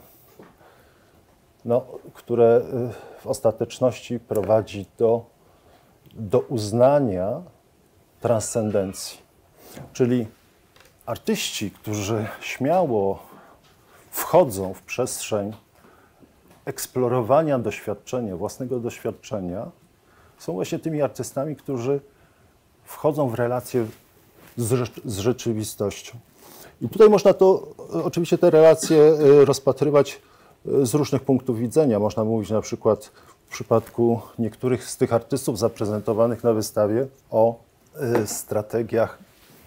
w ostateczności prowadzi do uznania transcendencji. Czyli artyści, którzy śmiało wchodzą w przestrzeń eksplorowania doświadczenia, własnego doświadczenia, są właśnie tymi artystami, którzy wchodzą w relację z rzeczywistością. I tutaj można to, oczywiście te relacje rozpatrywać z różnych punktów widzenia. Można mówić na przykład w przypadku niektórych z tych artystów zaprezentowanych na wystawie o strategiach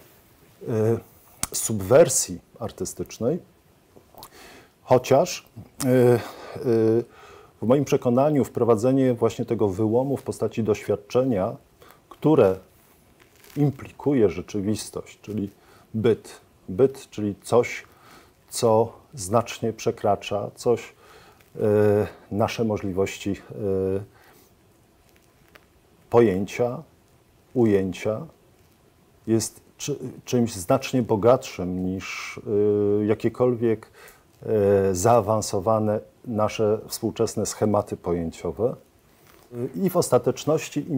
subwersji artystycznej, chociaż w moim przekonaniu wprowadzenie właśnie tego wyłomu w postaci doświadczenia, które implikuje rzeczywistość, czyli byt, czyli coś, co znacznie przekracza, nasze możliwości pojęcia, ujęcia, jest czymś znacznie bogatszym niż jakiekolwiek zaawansowane nasze współczesne schematy pojęciowe. I w ostateczności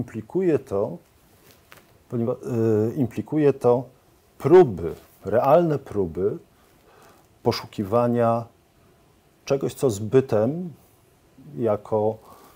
implikuje to próby, realne próby poszukiwania czegoś, co z bytem jako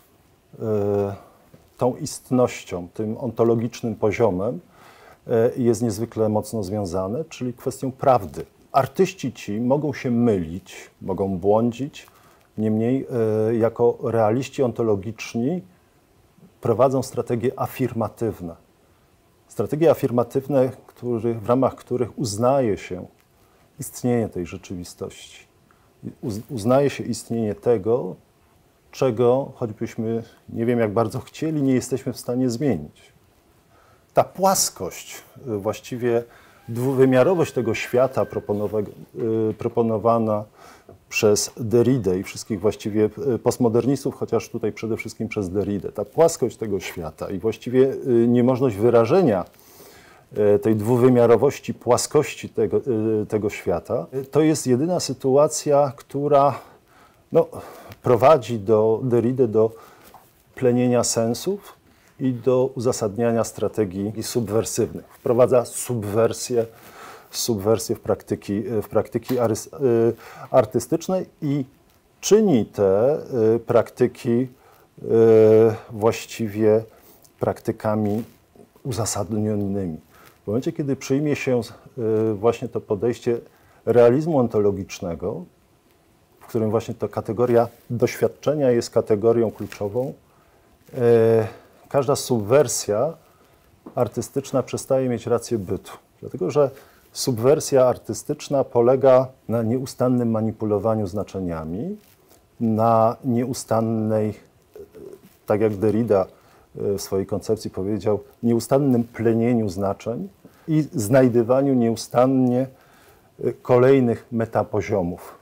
tą istnością, tym ontologicznym poziomem jest niezwykle mocno związane, czyli kwestią prawdy. Artyści ci mogą się mylić, mogą błądzić, niemniej jako realiści ontologiczni prowadzą strategie afirmatywne. Strategie afirmatywne, w ramach których uznaje się istnienie tej rzeczywistości. Uznaje się istnienie tego, czego choćbyśmy nie wiem jak bardzo chcieli, nie jesteśmy w stanie zmienić. Ta płaskość, właściwie dwuwymiarowość tego świata proponowana przez Derridę i wszystkich właściwie postmodernistów, chociaż tutaj przede wszystkim przez Derridę. Ta płaskość tego świata i właściwie niemożność wyrażenia tej dwuwymiarowości, płaskości tego świata, to jest jedyna sytuacja, która prowadzi Derridę do plenienia sensów i do uzasadniania strategii subwersywnych. Wprowadza subwersję w praktyki artystyczne i czyni te praktyki właściwie praktykami uzasadnionymi. W momencie, kiedy przyjmie się właśnie to podejście realizmu ontologicznego, w którym właśnie ta kategoria doświadczenia jest kategorią kluczową, każda subwersja artystyczna przestaje mieć rację bytu. Dlatego, że subwersja artystyczna polega na nieustannym manipulowaniu znaczeniami, na nieustannej, tak jak Derrida w swojej koncepcji powiedział, nieustannym plenieniu znaczeń i znajdywaniu nieustannie kolejnych metapoziomów,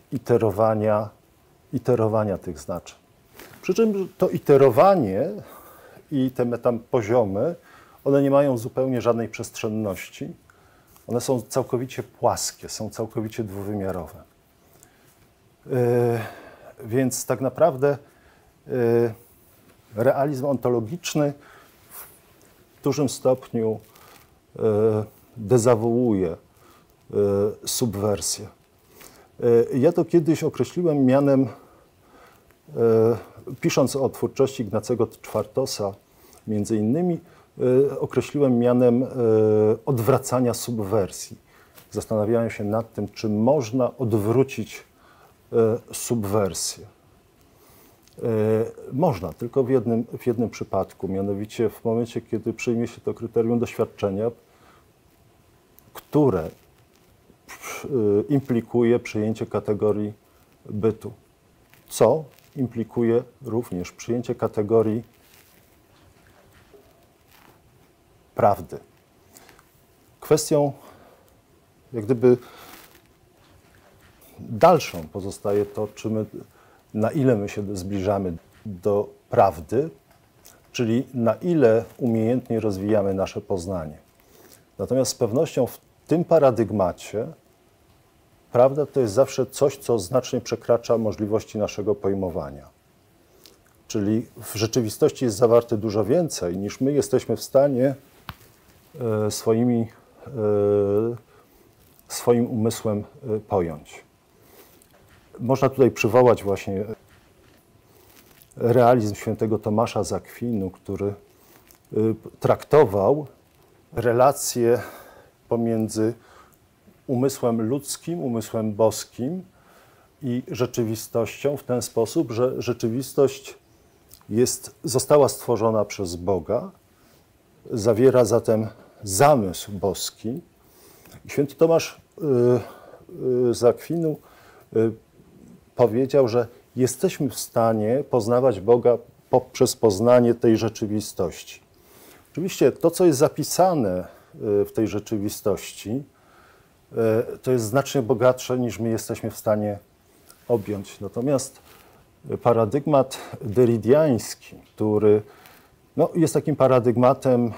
iterowania tych znaczeń. Przy czym to iterowanie i te metapoziomy, one nie mają zupełnie żadnej przestrzenności. One są całkowicie płaskie, są całkowicie dwuwymiarowe. Więc tak naprawdę realizm ontologiczny w dużym stopniu dezawuuje subwersję. Ja to kiedyś określiłem mianem, pisząc o twórczości Ignacego Czwartosa, między innymi, określiłem mianem odwracania subwersji. Zastanawiałem się nad tym, czy można odwrócić subwersję. Można, tylko w jednym przypadku, mianowicie w momencie, kiedy przyjmie się to kryterium doświadczenia, które implikuje przyjęcie kategorii bytu, co implikuje również przyjęcie kategorii prawdy. Kwestią jak gdyby dalszą pozostaje to, na ile my się zbliżamy do prawdy, czyli na ile umiejętnie rozwijamy nasze poznanie. Natomiast z pewnością w tym paradygmacie prawda to jest zawsze coś, co znacznie przekracza możliwości naszego pojmowania. Czyli w rzeczywistości jest zawarte dużo więcej, niż my jesteśmy w stanie swoim umysłem pojąć. Można tutaj przywołać właśnie realizm świętego Tomasza z Akwinu, który traktował relacje pomiędzy umysłem ludzkim, umysłem boskim i rzeczywistością w ten sposób, że rzeczywistość została stworzona przez Boga, zawiera zatem zamysł boski. Święty Tomasz z Akwinu powiedział, że jesteśmy w stanie poznawać Boga poprzez poznanie tej rzeczywistości. Oczywiście to, co jest zapisane w tej rzeczywistości, to jest znacznie bogatsze, niż my jesteśmy w stanie objąć. Natomiast paradygmat derridiański, który jest takim paradygmatem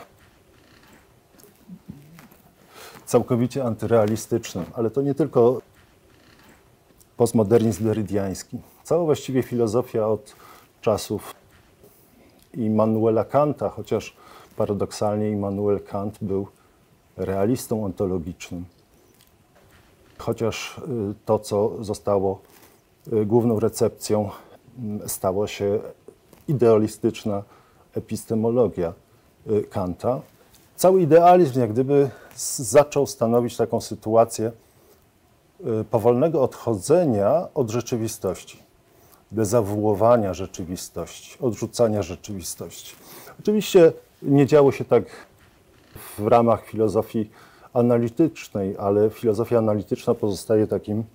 całkowicie antyrealistycznym, ale to nie tylko postmodernizm derridiański. Cała właściwie filozofia od czasów Immanuela Kanta, chociaż paradoksalnie Immanuel Kant był realistą ontologicznym. Chociaż to, co zostało główną recepcją, stało się idealistyczna epistemologia Kanta. Cały idealizm jak gdyby zaczął stanowić taką sytuację powolnego odchodzenia od rzeczywistości, dezawuowania rzeczywistości, odrzucania rzeczywistości. Oczywiście nie działo się tak w ramach filozofii analitycznej, ale filozofia analityczna pozostaje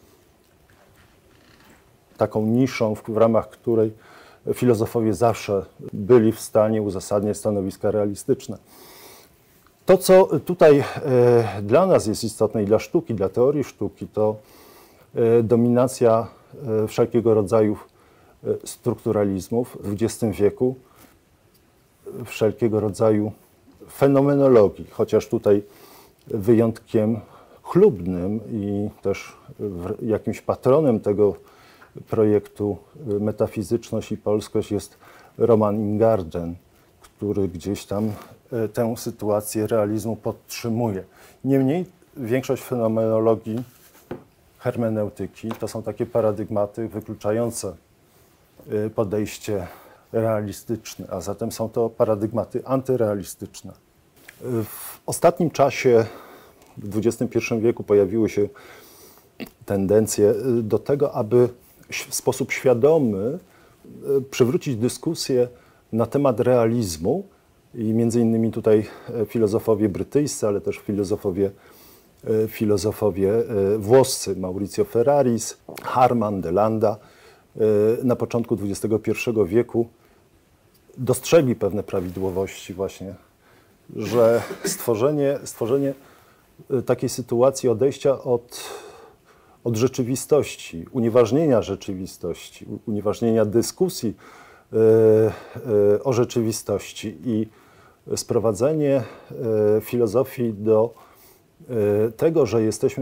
taką niszą, w ramach której filozofowie zawsze byli w stanie uzasadniać stanowiska realistyczne. To, co tutaj dla nas jest istotne i dla sztuki, dla teorii sztuki, to dominacja wszelkiego rodzaju strukturalizmów w XX wieku, wszelkiego rodzaju fenomenologii, chociaż tutaj wyjątkiem chlubnym i też jakimś patronem tego projektu Metafizyczność i Polskość jest Roman Ingarden, który gdzieś tam tę sytuację realizmu podtrzymuje. Niemniej większość fenomenologii, hermeneutyki to są takie paradygmaty wykluczające podejście realistyczne, a zatem są to paradygmaty antyrealistyczne. W ostatnim czasie, w XXI wieku, pojawiły się tendencje do tego, aby w sposób świadomy przywrócić dyskusję na temat realizmu i między innymi tutaj filozofowie brytyjscy, ale też filozofowie włoscy, Maurizio Ferraris, Harman, Delanda, na początku XXI wieku dostrzegli pewne prawidłowości właśnie, że stworzenie takiej sytuacji odejścia od rzeczywistości, unieważnienia rzeczywistości, unieważnienia dyskusji o rzeczywistości i sprowadzenie filozofii do tego, że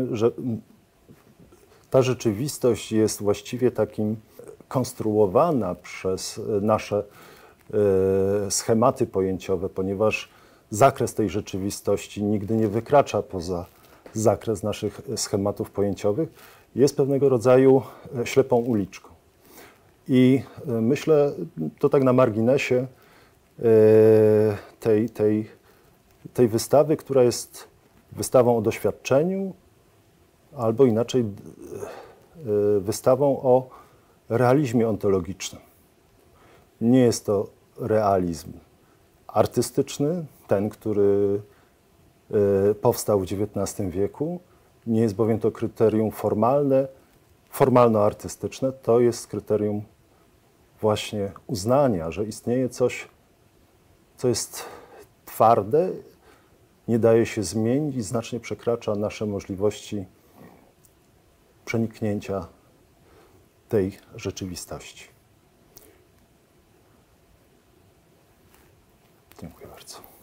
ta rzeczywistość jest właściwie takim konstruowana przez nasze schematy pojęciowe, ponieważ zakres tej rzeczywistości nigdy nie wykracza poza zakres naszych schematów pojęciowych, jest pewnego rodzaju ślepą uliczką. I myślę, to tak na marginesie tej wystawy, która jest wystawą o doświadczeniu, albo inaczej wystawą o realizmie ontologicznym. Nie jest to realizm artystyczny, ten, który powstał w XIX wieku. Nie jest bowiem to kryterium formalno-artystyczne. To jest kryterium właśnie uznania, że istnieje coś, co jest twarde, nie daje się zmienić i znacznie przekracza nasze możliwości przeniknięcia tej rzeczywistości. Dziękuję bardzo.